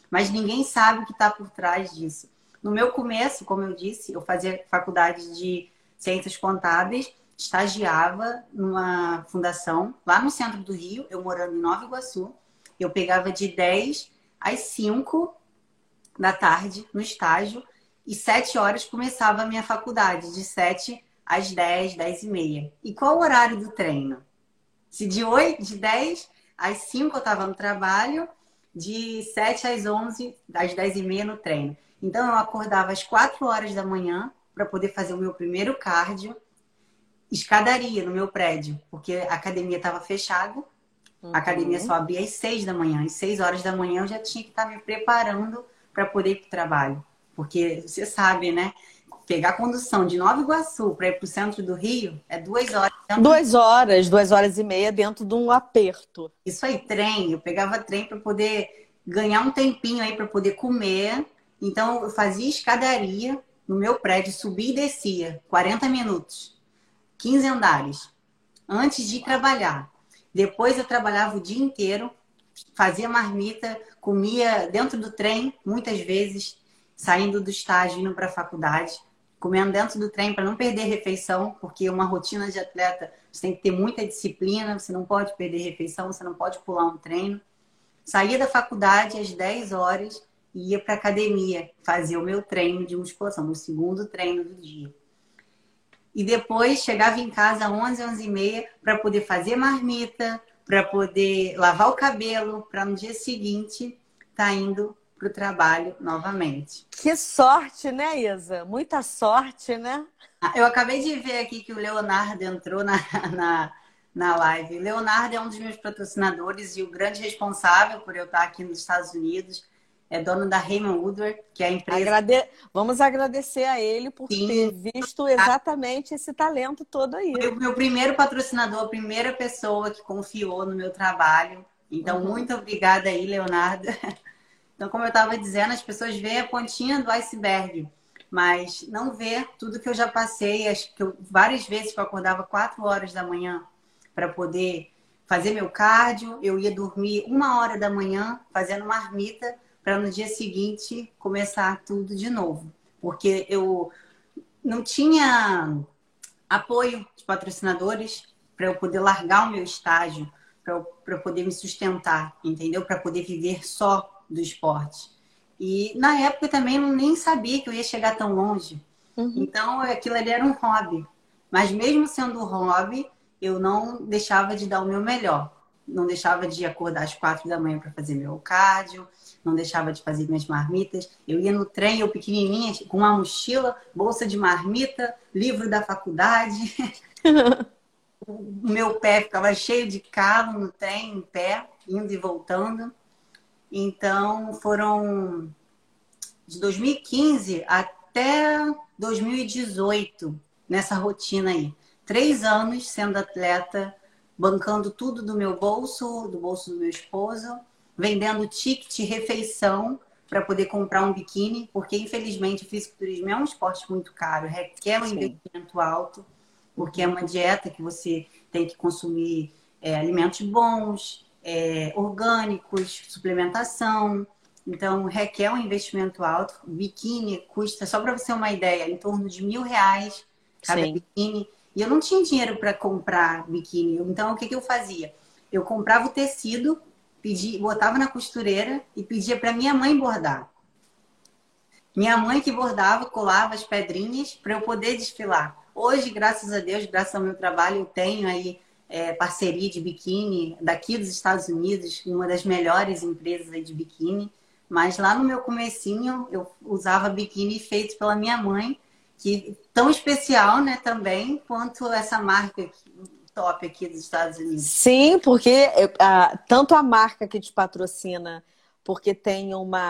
mas ninguém sabe o que está por trás disso. No meu começo, como eu disse, eu fazia faculdade de Ciências Contábeis, estagiava numa fundação lá no centro do Rio, eu morando em Nova Iguaçu. Eu pegava de 10 às 5 da tarde no estágio e 7 horas começava a minha faculdade, de 7 às 10, 10 e meia. E qual o horário do treino? Se de 10 às 5 eu estava no trabalho, de 7 às 11, às 10 e meia no treino. Então eu acordava às 4 horas da manhã para poder fazer o meu primeiro cardio, escadaria no meu prédio, porque a academia estava fechada. A academia só abria às 6 da manhã. Às 6 horas da manhã eu já tinha que estar me preparando para poder ir para o trabalho. Porque você sabe, né? Pegar a condução de Nova Iguaçu para ir para o centro do Rio é 2 horas. 2 horas, 2 horas e meia dentro de um aperto. Isso aí, trem. Eu pegava trem para poder ganhar um tempinho aí para poder comer. Então eu fazia escadaria no meu prédio, subia e descia 40 minutos, 15 andares, antes de ir trabalhar. Depois eu trabalhava o dia inteiro, fazia marmita, comia dentro do trem, muitas vezes, saindo do estágio, indo para a faculdade, comendo dentro do trem para não perder refeição, porque uma rotina de atleta, você tem que ter muita disciplina, você não pode perder refeição, você não pode pular um treino. Saía da faculdade às 10 horas e ia para a academia, fazer o meu treino de musculação, o segundo treino do dia. E depois chegava em casa às 11, 11 e meia para poder fazer marmita, para poder lavar o cabelo, para no dia seguinte estar indo para o trabalho novamente. Que sorte, né, Isa? Muita sorte, né? Eu acabei de ver aqui que o Leonardo entrou na live. Leonardo é um dos meus patrocinadores e o grande responsável por eu estar aqui nos Estados Unidos. É dono da Raymond Woodward, que é a empresa... Vamos agradecer a ele por ter visto exatamente esse talento todo aí. Foi o meu primeiro patrocinador, a primeira pessoa que confiou no meu trabalho. Então, muito obrigada aí, Leonardo. Então, como eu estava dizendo, as pessoas veem a pontinha do iceberg, mas não vê tudo que eu já passei. Acho que várias vezes que eu acordava 4 horas da manhã para poder fazer meu cardio, eu ia dormir 1 hora da manhã fazendo marmita para no dia seguinte começar tudo de novo. Porque eu não tinha apoio de patrocinadores para eu poder largar o meu estágio, para eu poder me sustentar, entendeu? Para poder viver só do esporte. E na época também eu nem sabia que eu ia chegar tão longe. Então aquilo ali era um hobby. Mas mesmo sendo um hobby, eu não deixava de dar o meu melhor. Não deixava de acordar às 4 da manhã para fazer meu cardio, não deixava de fazer minhas marmitas. Eu ia no trem, eu pequenininha, com uma mochila, bolsa de marmita, livro da faculdade. O meu pé ficava cheio de calo no trem, em pé, indo e voltando. Então, foram de 2015 até 2018, nessa rotina aí. 3 anos sendo atleta, bancando tudo do meu bolso, do bolso do meu esposo, vendendo ticket, refeição para poder comprar um biquíni, porque infelizmente o fisiculturismo é um esporte muito caro, requer um investimento alto, porque é uma dieta que você tem que consumir alimentos bons, orgânicos, suplementação. Então, requer um investimento alto. O biquíni custa, só para você ter uma ideia, em torno de R$ 1.000 cada biquíni. E eu não tinha dinheiro para comprar biquíni. Então, o que eu fazia? Eu comprava o tecido, botava na costureira e pedia para minha mãe bordar. Minha mãe que bordava, colava as pedrinhas para eu poder desfilar. Hoje, graças a Deus, graças ao meu trabalho, eu tenho aí parceria de biquíni daqui dos Estados Unidos, uma das melhores empresas aí de biquíni. Mas lá no meu comecinho, eu usava biquíni feito pela minha mãe, que tão especial, né, também, quanto essa marca aqui, top aqui dos Estados Unidos. Sim, porque tanto a marca que te patrocina, porque tem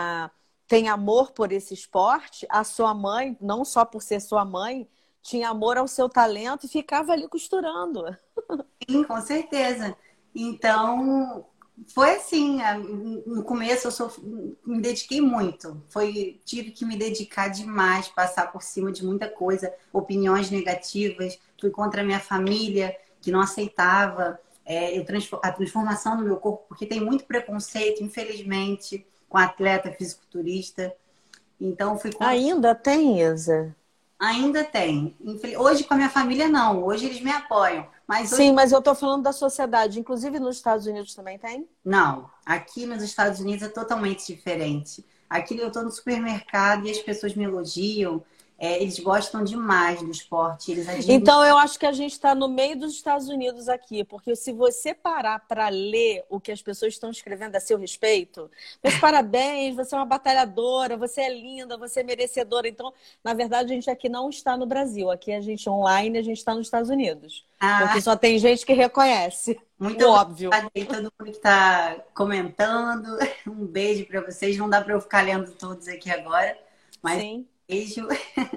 amor por esse esporte, a sua mãe, não só por ser sua mãe, tinha amor ao seu talento e ficava ali costurando. Sim, com certeza. Então, foi assim, no começo me dediquei muito. Tive que me dedicar demais, passar por cima de muita coisa, opiniões negativas, fui contra a minha família, que não aceitava a transformação do meu corpo, porque tem muito preconceito, infelizmente. com atleta fisiculturista. Então, fui contra. Ainda tem, Isa? Ainda tem. Hoje, com a minha família, não. Hoje eles me apoiam. Mas hoje, Sim, mas eu tô falando da sociedade. Inclusive nos Estados Unidos também tem? não. Aqui nos Estados Unidos é totalmente diferente. Aqui eu estou no supermercado e as pessoas me elogiam. Eles gostam demais do esporte. Eles admiram. Então, eu acho que a gente está no meio dos Estados Unidos aqui, porque se você parar para ler o que as pessoas estão escrevendo a seu respeito, meus parabéns, você é uma batalhadora, você é linda, você é merecedora. Então, na verdade, a gente aqui não está no Brasil, aqui a gente online, a gente está nos Estados Unidos, porque Ah, só tem gente que reconhece, muito o óbvio. obrigada aí, todo mundo que está comentando. Um beijo para vocês. Não dá para eu ficar lendo todos aqui agora, mas um Sim. beijo.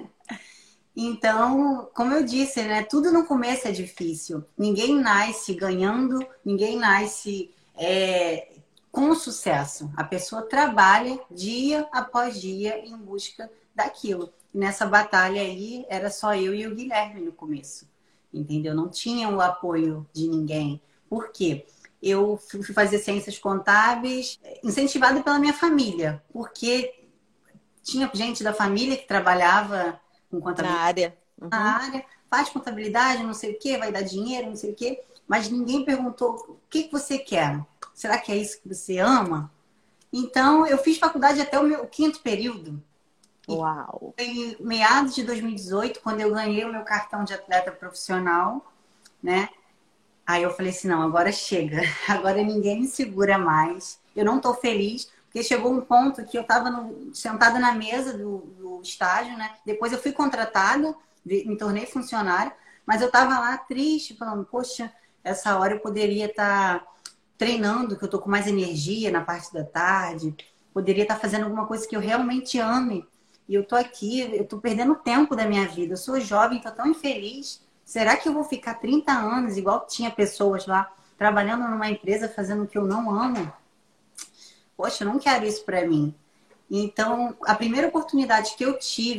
Então, como eu disse, né? Tudo no começo é difícil. Ninguém nasce ganhando, ninguém nasce com sucesso. A pessoa trabalha dia após dia em busca daquilo. E nessa batalha aí, era só eu e o Guilherme no começo. Entendeu? Não tinha o apoio de ninguém. Por quê? Eu fui fazer ciências contábeis, incentivada pela minha família, porque tinha gente da família que trabalhava com Na contabilidade área. na Uhum. área, faz contabilidade, não sei o quê, vai dar dinheiro, não sei o quê, mas ninguém perguntou o que que você quer. Será que é isso que você ama? Então, eu fiz faculdade até o meu quinto período. E Uau. foi em meados de 2018, quando eu ganhei o meu cartão de atleta profissional, né? Aí eu falei assim, não, agora chega. Agora ninguém me segura mais. Eu não tô feliz, porque chegou um ponto que eu estava sentada na mesa do estágio, né? Depois eu fui contratada, me tornei funcionária, mas eu estava lá triste, falando, poxa, essa hora eu poderia estar treinando, que eu tô com mais energia na parte da tarde, poderia estar fazendo alguma coisa que eu realmente ame. E eu tô aqui, eu tô perdendo tempo da minha vida. Eu sou jovem, tô tão infeliz. Será que eu vou ficar 30 anos, igual tinha pessoas lá, trabalhando numa empresa fazendo o que eu não amo? Poxa, eu não quero isso para mim. Então, a primeira oportunidade que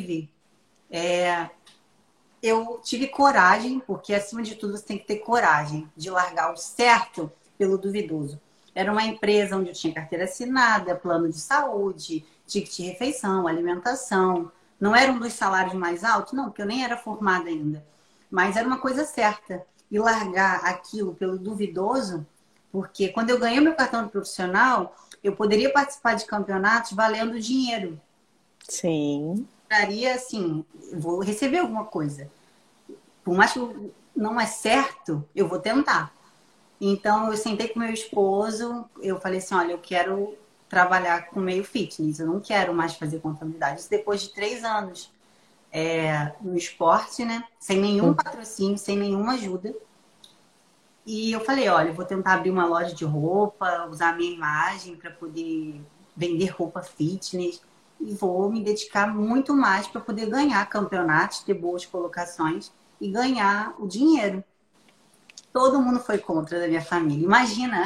eu tive coragem, porque acima de tudo você tem que ter coragem de largar o certo pelo duvidoso. Era uma empresa onde eu tinha carteira assinada, plano de saúde, ticket de refeição, alimentação. Não era um dos salários mais altos? Não, porque eu nem era formada ainda. Mas era uma coisa certa. E largar aquilo pelo duvidoso, porque quando eu ganhei meu cartão de profissional, eu poderia participar de campeonatos valendo dinheiro. Sim. Daria assim, vou receber alguma coisa. Por mais que não é certo, eu vou tentar. Então, eu sentei com meu esposo, eu falei assim, olha, eu quero trabalhar com meio fitness, eu não quero mais fazer contabilidade. Isso depois de 3 anos no esporte, né? Sem nenhum patrocínio, sem nenhuma ajuda. E eu falei, olha, eu vou tentar abrir uma loja de roupa, usar a minha imagem para poder vender roupa fitness e vou me dedicar muito mais para poder ganhar campeonatos, ter boas colocações e ganhar o dinheiro. Todo mundo foi contra da minha família. Imagina,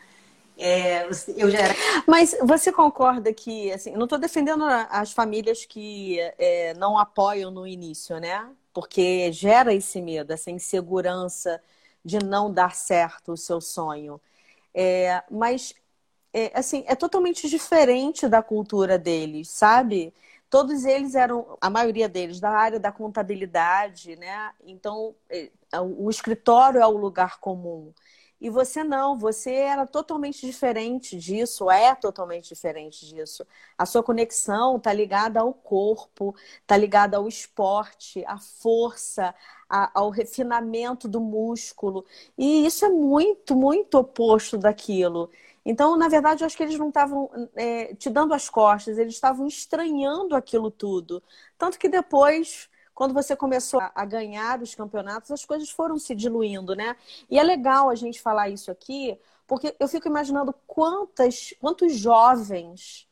eu já era. Mas você concorda que, assim, não estou defendendo as famílias que não apoiam no início, né? Porque gera esse medo, essa insegurança de não dar certo o seu sonho. Mas, assim, é totalmente diferente da cultura deles, sabe? Todos eles eram, a maioria deles, da área da contabilidade, né? Então, o escritório é o lugar comum. E você não, você era totalmente diferente disso, é totalmente diferente disso. A sua conexão está ligada ao corpo, está ligada ao esporte, à força, ao refinamento do músculo. E isso é muito, muito oposto daquilo. Então, na verdade, eu acho que eles não estavam te dando as costas, eles estavam estranhando aquilo tudo. Tanto que depois, quando você começou a ganhar os campeonatos, as coisas foram se diluindo, né? E é legal a gente falar isso aqui, porque eu fico imaginando quantos jovens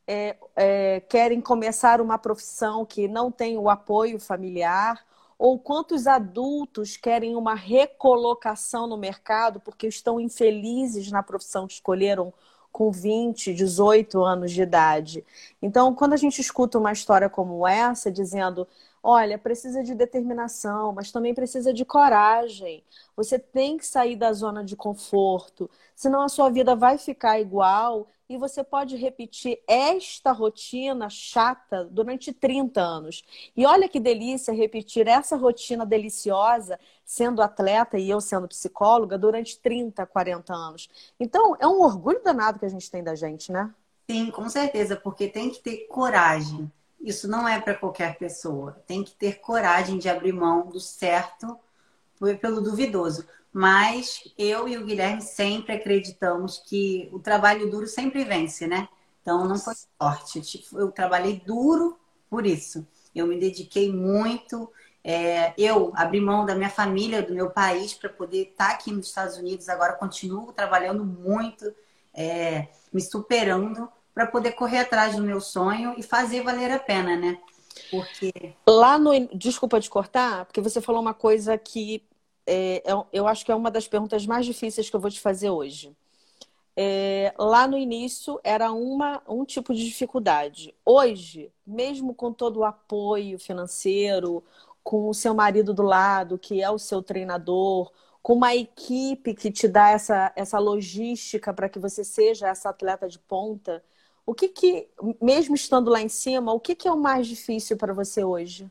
querem começar uma profissão que não tem o apoio familiar, ou quantos adultos querem uma recolocação no mercado porque estão infelizes na profissão que escolheram com 20, 18 anos de idade. Então, quando a gente escuta uma história como essa, dizendo, olha, precisa de determinação, mas também precisa de coragem. Você tem que sair da zona de conforto, senão a sua vida vai ficar igual e você pode repetir esta rotina chata durante 30 anos. E olha que delícia repetir essa rotina deliciosa sendo atleta e eu sendo psicóloga durante 30, 40 anos. Então, é um orgulho danado que a gente tem da gente, né? Sim, com certeza, porque tem que ter coragem. Isso não é para qualquer pessoa. Tem que ter coragem de abrir mão do certo pelo duvidoso. Mas eu e o Guilherme sempre acreditamos que o trabalho duro sempre vence, né? Então não foi sorte. Tipo, eu trabalhei duro por isso. Eu me dediquei muito. Eu abri mão da minha família, do meu país, para poder estar aqui nos Estados Unidos. Agora continuo trabalhando muito, me superando, para poder correr atrás do meu sonho e fazer valer a pena, né? Porque Lá no. Desculpa te cortar, porque você falou uma coisa que eu acho que é uma das perguntas mais difíceis que eu vou te fazer hoje. Lá no início era um tipo de dificuldade. Hoje, mesmo com todo o apoio financeiro, com o seu marido do lado, que é o seu treinador, com uma equipe que te dá essa logística para que você seja essa atleta de ponta, mesmo estando lá em cima, o que é o mais difícil para você hoje?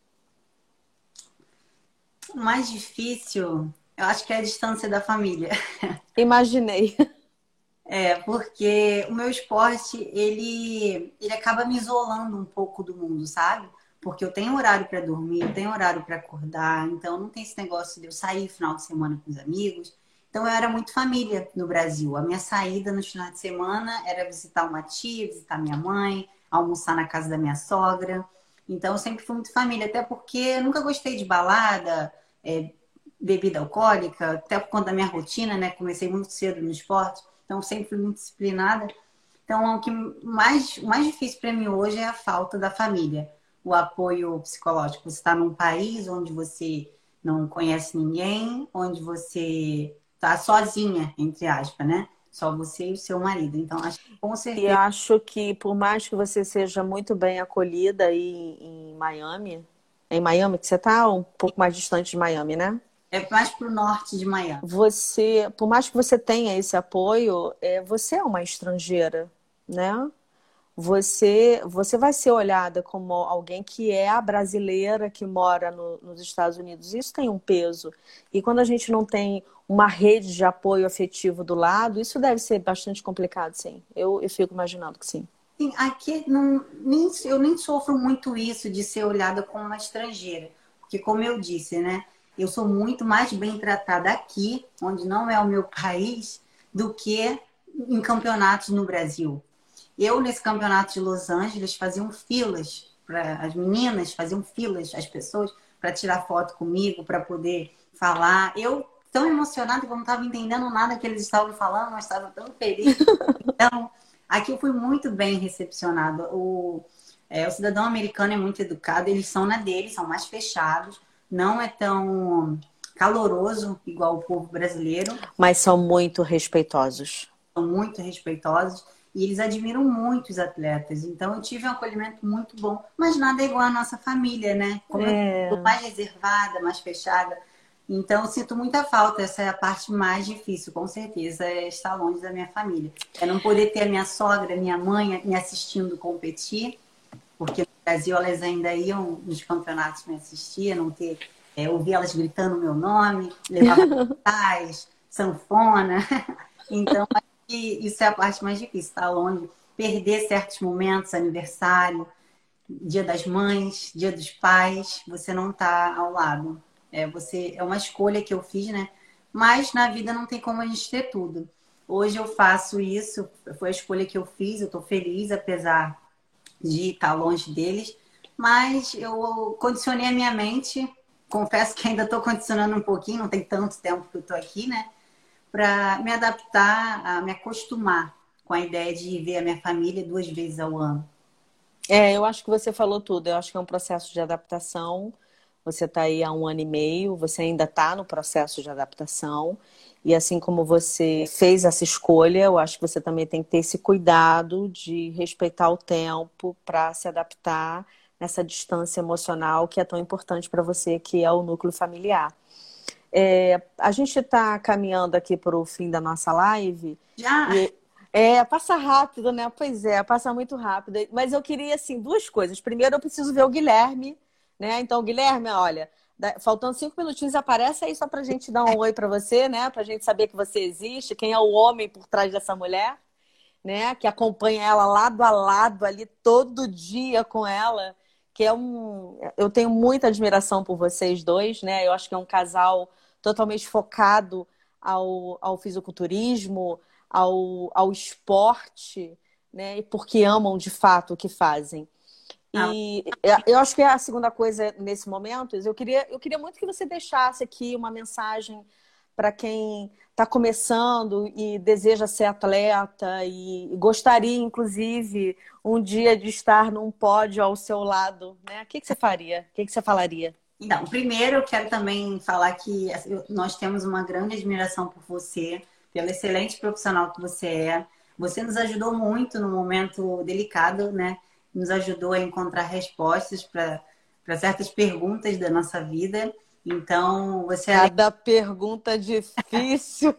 o mais difícil, eu acho que é a distância da família. Imaginei. Porque o meu esporte, ele acaba me isolando um pouco do mundo, sabe? Porque eu tenho horário para dormir, eu tenho horário para acordar, então não tem esse negócio de eu sair final de semana com os amigos. Então eu era muito família no Brasil. A minha saída no final de semana era visitar uma tia, visitar minha mãe, almoçar na casa da minha sogra. Então eu sempre fui muito família, até porque eu nunca gostei de balada, bebida alcoólica, até por conta da minha rotina, né? Comecei muito cedo no esporte. Então, sempre fui muito disciplinada. Então, o mais difícil para mim hoje é a falta da família, o apoio psicológico. Você está num país onde você não conhece ninguém, onde você está sozinha, entre aspas, né? Só você e o seu marido. Então, acho que com E certeza acho que por mais que você seja muito bem acolhida aí em Miami, é em Miami que você está, um pouco mais distante de Miami, né? é mais para o norte de Miami. Por mais que você tenha esse apoio, você é uma estrangeira, né? Você vai ser olhada como alguém que é a brasileira que mora nos Estados Unidos. Isso tem um peso. E quando a gente não tem uma rede de apoio afetivo do lado, isso deve ser bastante complicado, sim. Eu fico imaginando que sim. Sim, aqui eu nem sofro muito isso de ser olhada como uma estrangeira. Porque, como eu disse, né? Eu sou muito mais bem tratada aqui, onde não é o meu país, do que em campeonatos no Brasil. Eu, nesse campeonato de Los Angeles, faziam filas, as meninas faziam filas, as pessoas, para tirar foto comigo, para poder falar. Eu, tão emocionada que eu não estava entendendo nada que eles estavam falando, mas estava tão feliz. Então, aqui eu fui muito bem recepcionada. O cidadão americano é muito educado, eles são na deles, são mais fechados, não é tão caloroso igual o povo brasileiro, Mas são muito respeitosos. são muito respeitosos e eles admiram muito os atletas. Então eu tive um acolhimento muito bom, mas nada é igual à nossa família, né? Como eu sou É. mais reservada, mais fechada, então eu sinto muita falta. Essa é a parte mais difícil, com certeza, é estar longe da minha família. É não poder ter a minha sogra, minha mãe me assistindo competir, porque no Brasil elas ainda iam nos campeonatos me assistir, não ter, ouvir elas gritando meu nome, levava cartaz, sanfona. Então, acho que isso é a parte mais difícil, estar longe, perder certos momentos, aniversário, Dia das Mães, Dia dos Pais, você não está ao lado. É uma escolha que eu fiz, né? Mas na vida não tem como a gente ter tudo. Hoje eu faço isso, foi a escolha que eu fiz, eu estou feliz, apesar de estar longe deles, mas eu condicionei a minha mente, confesso que ainda estou condicionando um pouquinho, não tem tanto tempo que eu estou aqui, né? Para me adaptar, a me acostumar com a ideia de ver a minha família 2 vezes ao ano. Eu acho que você falou tudo. Eu acho que é um processo de adaptação. Você está aí há um ano e meio, você ainda está no processo de adaptação. E assim como você fez essa escolha, eu acho que você também tem que ter esse cuidado de respeitar o tempo para se adaptar nessa distância emocional que é tão importante para você, que é o núcleo familiar. A gente está caminhando aqui para o fim da nossa live Já? e É, passa rápido, né? Pois é, passa muito rápido. Mas eu queria, assim, duas coisas. Primeiro, eu preciso ver o Guilherme, né? Então, Guilherme, olha, faltando 5 minutinhos, aparece aí só pra gente dar um oi pra você, né? Pra gente saber que você existe, quem é o homem por trás dessa mulher, né? Que acompanha ela lado a lado ali todo dia com ela, que é um... Eu tenho muita admiração por vocês dois, né? Eu acho que é um casal totalmente focado ao fisiculturismo, ao esporte, né? E porque amam de fato o que fazem. Ah, E eu acho que a segunda coisa nesse momento, eu queria muito que você deixasse aqui uma mensagem para quem está começando e deseja ser atleta e gostaria, inclusive, um dia de estar num pódio ao seu lado, né? O que que você faria? O que que você falaria? então, primeiro eu quero também falar que nós temos uma grande admiração por você, pelo excelente profissional que você é. Você nos ajudou muito no momento delicado, né? Nos ajudou a encontrar respostas para certas perguntas da nossa vida. Então, Cada pergunta difícil.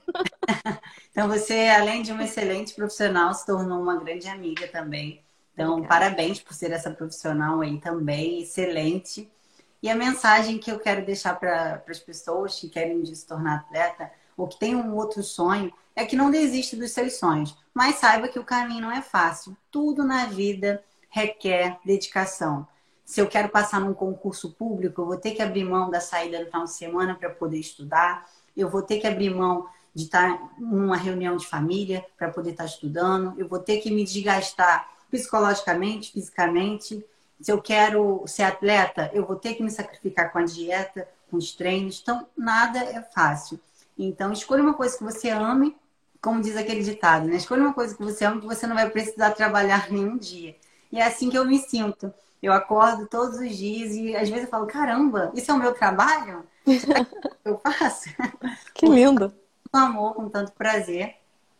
você, além de uma excelente profissional, se tornou uma grande amiga também. Então, Obrigada. parabéns por ser essa profissional aí também, excelente. E a mensagem que eu quero deixar para as pessoas que querem um dia se tornar atleta ou que têm um outro sonho é que não desista dos seus sonhos, mas saiba que o caminho não é fácil. Tudo na vida requer dedicação. Se eu quero passar num concurso público, eu vou ter que abrir mão da saída no final de semana para poder estudar, eu vou ter que abrir mão de estar numa reunião de família para poder estar estudando, eu vou ter que me desgastar psicologicamente, fisicamente. Se eu quero ser atleta, eu vou ter que me sacrificar com a dieta, com os treinos. Então, nada é fácil. Então, escolha uma coisa que você ame, como diz aquele ditado, né? Escolha uma coisa que você ama que você não vai precisar trabalhar nenhum dia. E é assim que eu me sinto. Eu acordo todos os dias e às vezes eu falo, caramba, isso é o meu trabalho? Será que eu faço? Que Porque lindo. com amor, com tanto prazer,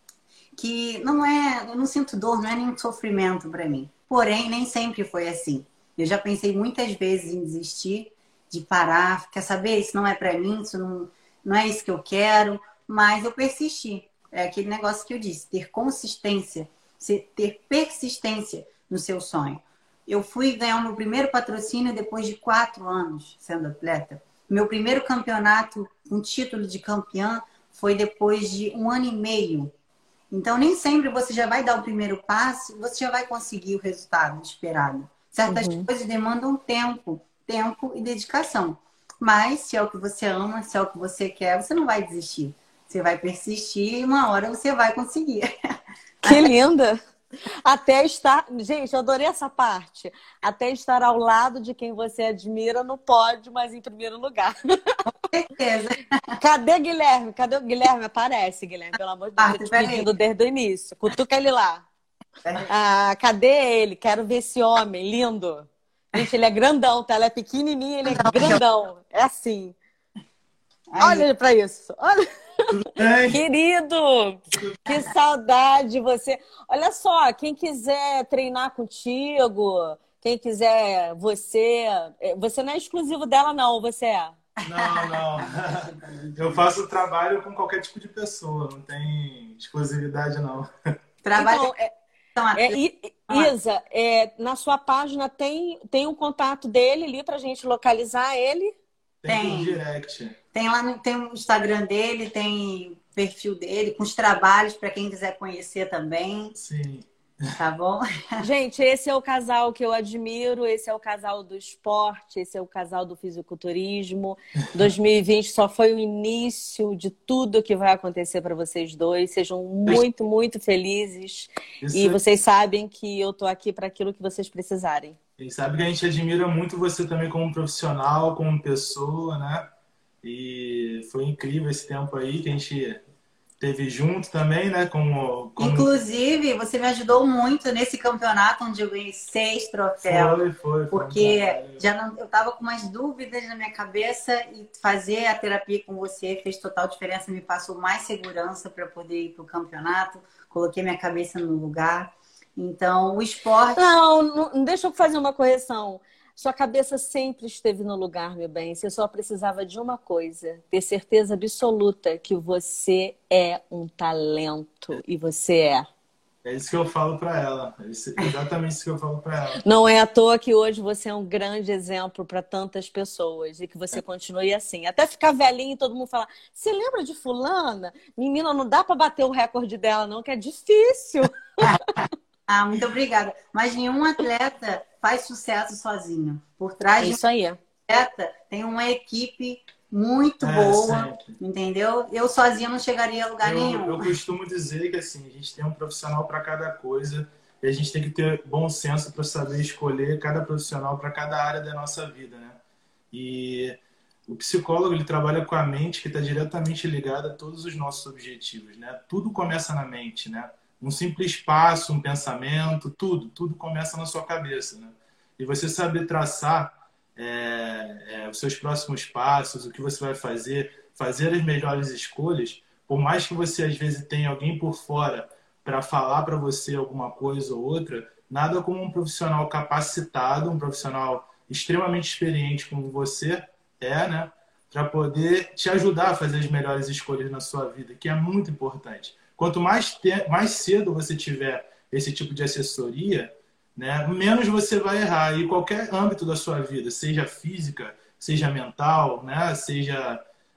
que não é, eu não sinto dor, não é nenhum sofrimento para mim. Porém, nem sempre foi assim. Eu já pensei muitas vezes em desistir, de parar, quer saber, isso não é para mim, isso não é isso que eu quero, mas eu persisti. É aquele negócio que eu disse, ter consistência, ter persistência no seu sonho. Eu fui ganhar o meu primeiro patrocínio depois de 4 anos sendo atleta. Meu primeiro campeonato, um título de campeã, foi depois de 1 ano e meio. Então, nem sempre você já vai dar o primeiro passo, você já vai conseguir o resultado esperado. Certas Uhum. coisas demandam tempo, tempo e dedicação. Mas, se é o que você ama, se é o que você quer, você não vai desistir. Você vai persistir e uma hora você vai conseguir. Que linda! Até estar. Gente, eu adorei essa parte. Até estar ao lado de quem você admira no pódio, mas em primeiro lugar. Certeza. Cadê Guilherme? Cadê o Guilherme? Aparece, Guilherme, pelo amor de Deus, tô Marta, te peraí. pedindo desde o início. Cutuca ele lá. Ah, cadê ele? Quero ver esse homem lindo. Gente, ele é grandão, tá? Ela é pequenininha, ele é grandão. É assim. Olha Aí, ele pra isso. Olha. Bem, Querido, que saudade de você. Olha só, quem quiser treinar contigo, quem quiser você não é exclusivo dela, não, você é? não, não. Eu faço trabalho com qualquer tipo de pessoa, não tem exclusividade, não. trabalha Então, com atleta. Isa, na sua página tem um contato dele ali pra gente localizar ele? Tem por Tem. direct. Tem lá tem o Instagram dele, tem o perfil dele, com os trabalhos para quem quiser conhecer também, Sim. tá bom? Gente, esse é o casal que eu admiro, esse é o casal do esporte, esse é o casal do fisiculturismo. 2020 só foi o início de tudo que vai acontecer para vocês dois. Sejam muito, muito felizes. E Isso, vocês sabem que eu tô aqui para aquilo que vocês precisarem. e sabe que a gente admira muito você também como profissional, como pessoa, né? E foi incrível esse tempo aí que a gente teve junto também, né? Inclusive, você me ajudou muito nesse campeonato onde eu ganhei 6 troféus, Foi um porque trabalho. já não, eu tava com umas dúvidas na minha cabeça e fazer a terapia com você fez total diferença, me passou mais segurança para poder ir para o campeonato, coloquei minha cabeça no lugar. Então, o esporte. Não, não, deixa eu fazer uma correção. Sua cabeça sempre esteve no lugar, meu bem. Você só precisava de uma coisa: ter certeza absoluta que você é um talento. E você é. É isso que eu falo para ela. Exatamente isso que eu falo para ela. Não é à toa que hoje você é um grande exemplo para tantas pessoas e que você continue assim. Até ficar velhinho e todo mundo falar: você lembra de fulana? Menina, não dá para bater o recorde dela, não, que é difícil. Ah, muito obrigada. Mas nenhum atleta faz sucesso sozinho. Por trás É de isso aí. um atleta tem uma equipe muito boa, Sempre. entendeu? Eu sozinha não chegaria a lugar nenhum. Eu costumo dizer que assim, a gente tem um profissional para cada coisa e a gente tem que ter bom senso para saber escolher cada profissional para cada área da nossa vida, né? E o psicólogo, ele trabalha com a mente que está diretamente ligada a todos os nossos objetivos, né? Tudo começa na mente, né? Um simples passo, um pensamento, tudo começa na sua cabeça, né? E você saber traçar os seus próximos passos, o que você vai fazer as melhores escolhas, por mais que você às vezes tenha alguém por fora para falar para você alguma coisa ou outra, nada como um profissional capacitado, um profissional extremamente experiente como você né, para poder te ajudar a fazer as melhores escolhas na sua vida, que é muito importante. Quanto mais cedo você tiver esse tipo de assessoria, né, menos você vai errar em qualquer âmbito da sua vida, seja física, seja mental, né, seja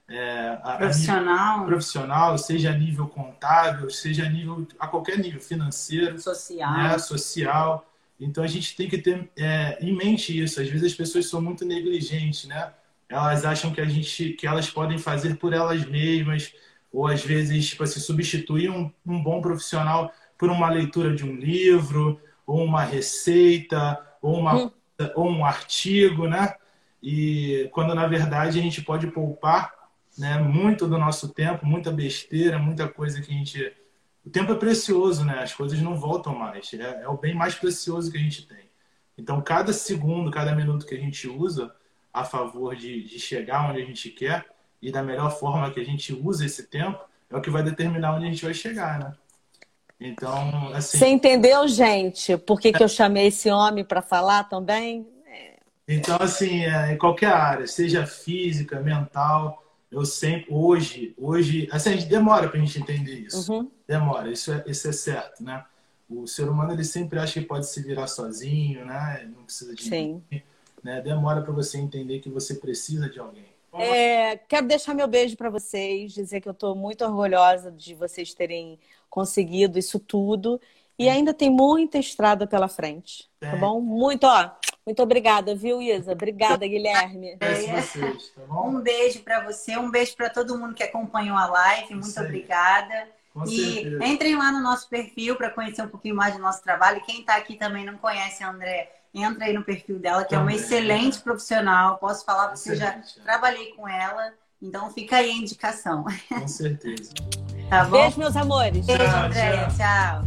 profissional, seja a nível contábil, seja a qualquer nível financeiro, social. Né, social. Então a gente tem que ter em mente isso. Às vezes as pessoas são muito negligentes, né? Elas acham que elas podem fazer por elas mesmas, ou às vezes tipo assim, substituir um bom profissional por uma leitura de um livro, ou uma receita, ou um artigo, né? E quando na verdade a gente pode poupar, né, muito do nosso tempo, muita besteira, muita coisa que a gente... O tempo é precioso, né? As coisas não voltam mais. É o bem mais precioso que a gente tem. Então, cada segundo, cada minuto que a gente usa a favor de chegar onde a gente quer e da melhor forma que a gente usa esse tempo é o que vai determinar onde a gente vai chegar, né? Então, assim... Você entendeu, gente, por que eu chamei esse homem para falar também? Então, assim, em qualquer área, seja física, mental, eu sempre, hoje, assim, a gente demora para a gente entender isso. Uhum. Demora, isso é certo, né? O ser humano, ele sempre acha que pode se virar sozinho, né? Não precisa de ninguém, né? Demora para você entender que você precisa de alguém. Quero deixar meu beijo para vocês, dizer que eu estou muito orgulhosa de vocês terem conseguido isso tudo. E ainda tem muita estrada pela frente, tá bom? Muito obrigada, viu, Isa? Obrigada, Guilherme. Vocês, tá bom? Um beijo para você, um beijo para todo mundo que acompanhou a live. Muito obrigada. E entrem lá no nosso perfil para conhecer um pouquinho mais do nosso trabalho. Quem está aqui também não conhece a André, entra aí no perfil dela, que é uma excelente profissional. Posso falar, porque eu já trabalhei com ela. Então fica aí a indicação. Com certeza. Tá bom? Beijo, meus amores. Beijo, Andréia. Tchau.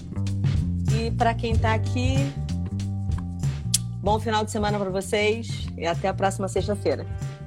E para quem está aqui, bom final de semana para vocês e até a próxima sexta-feira.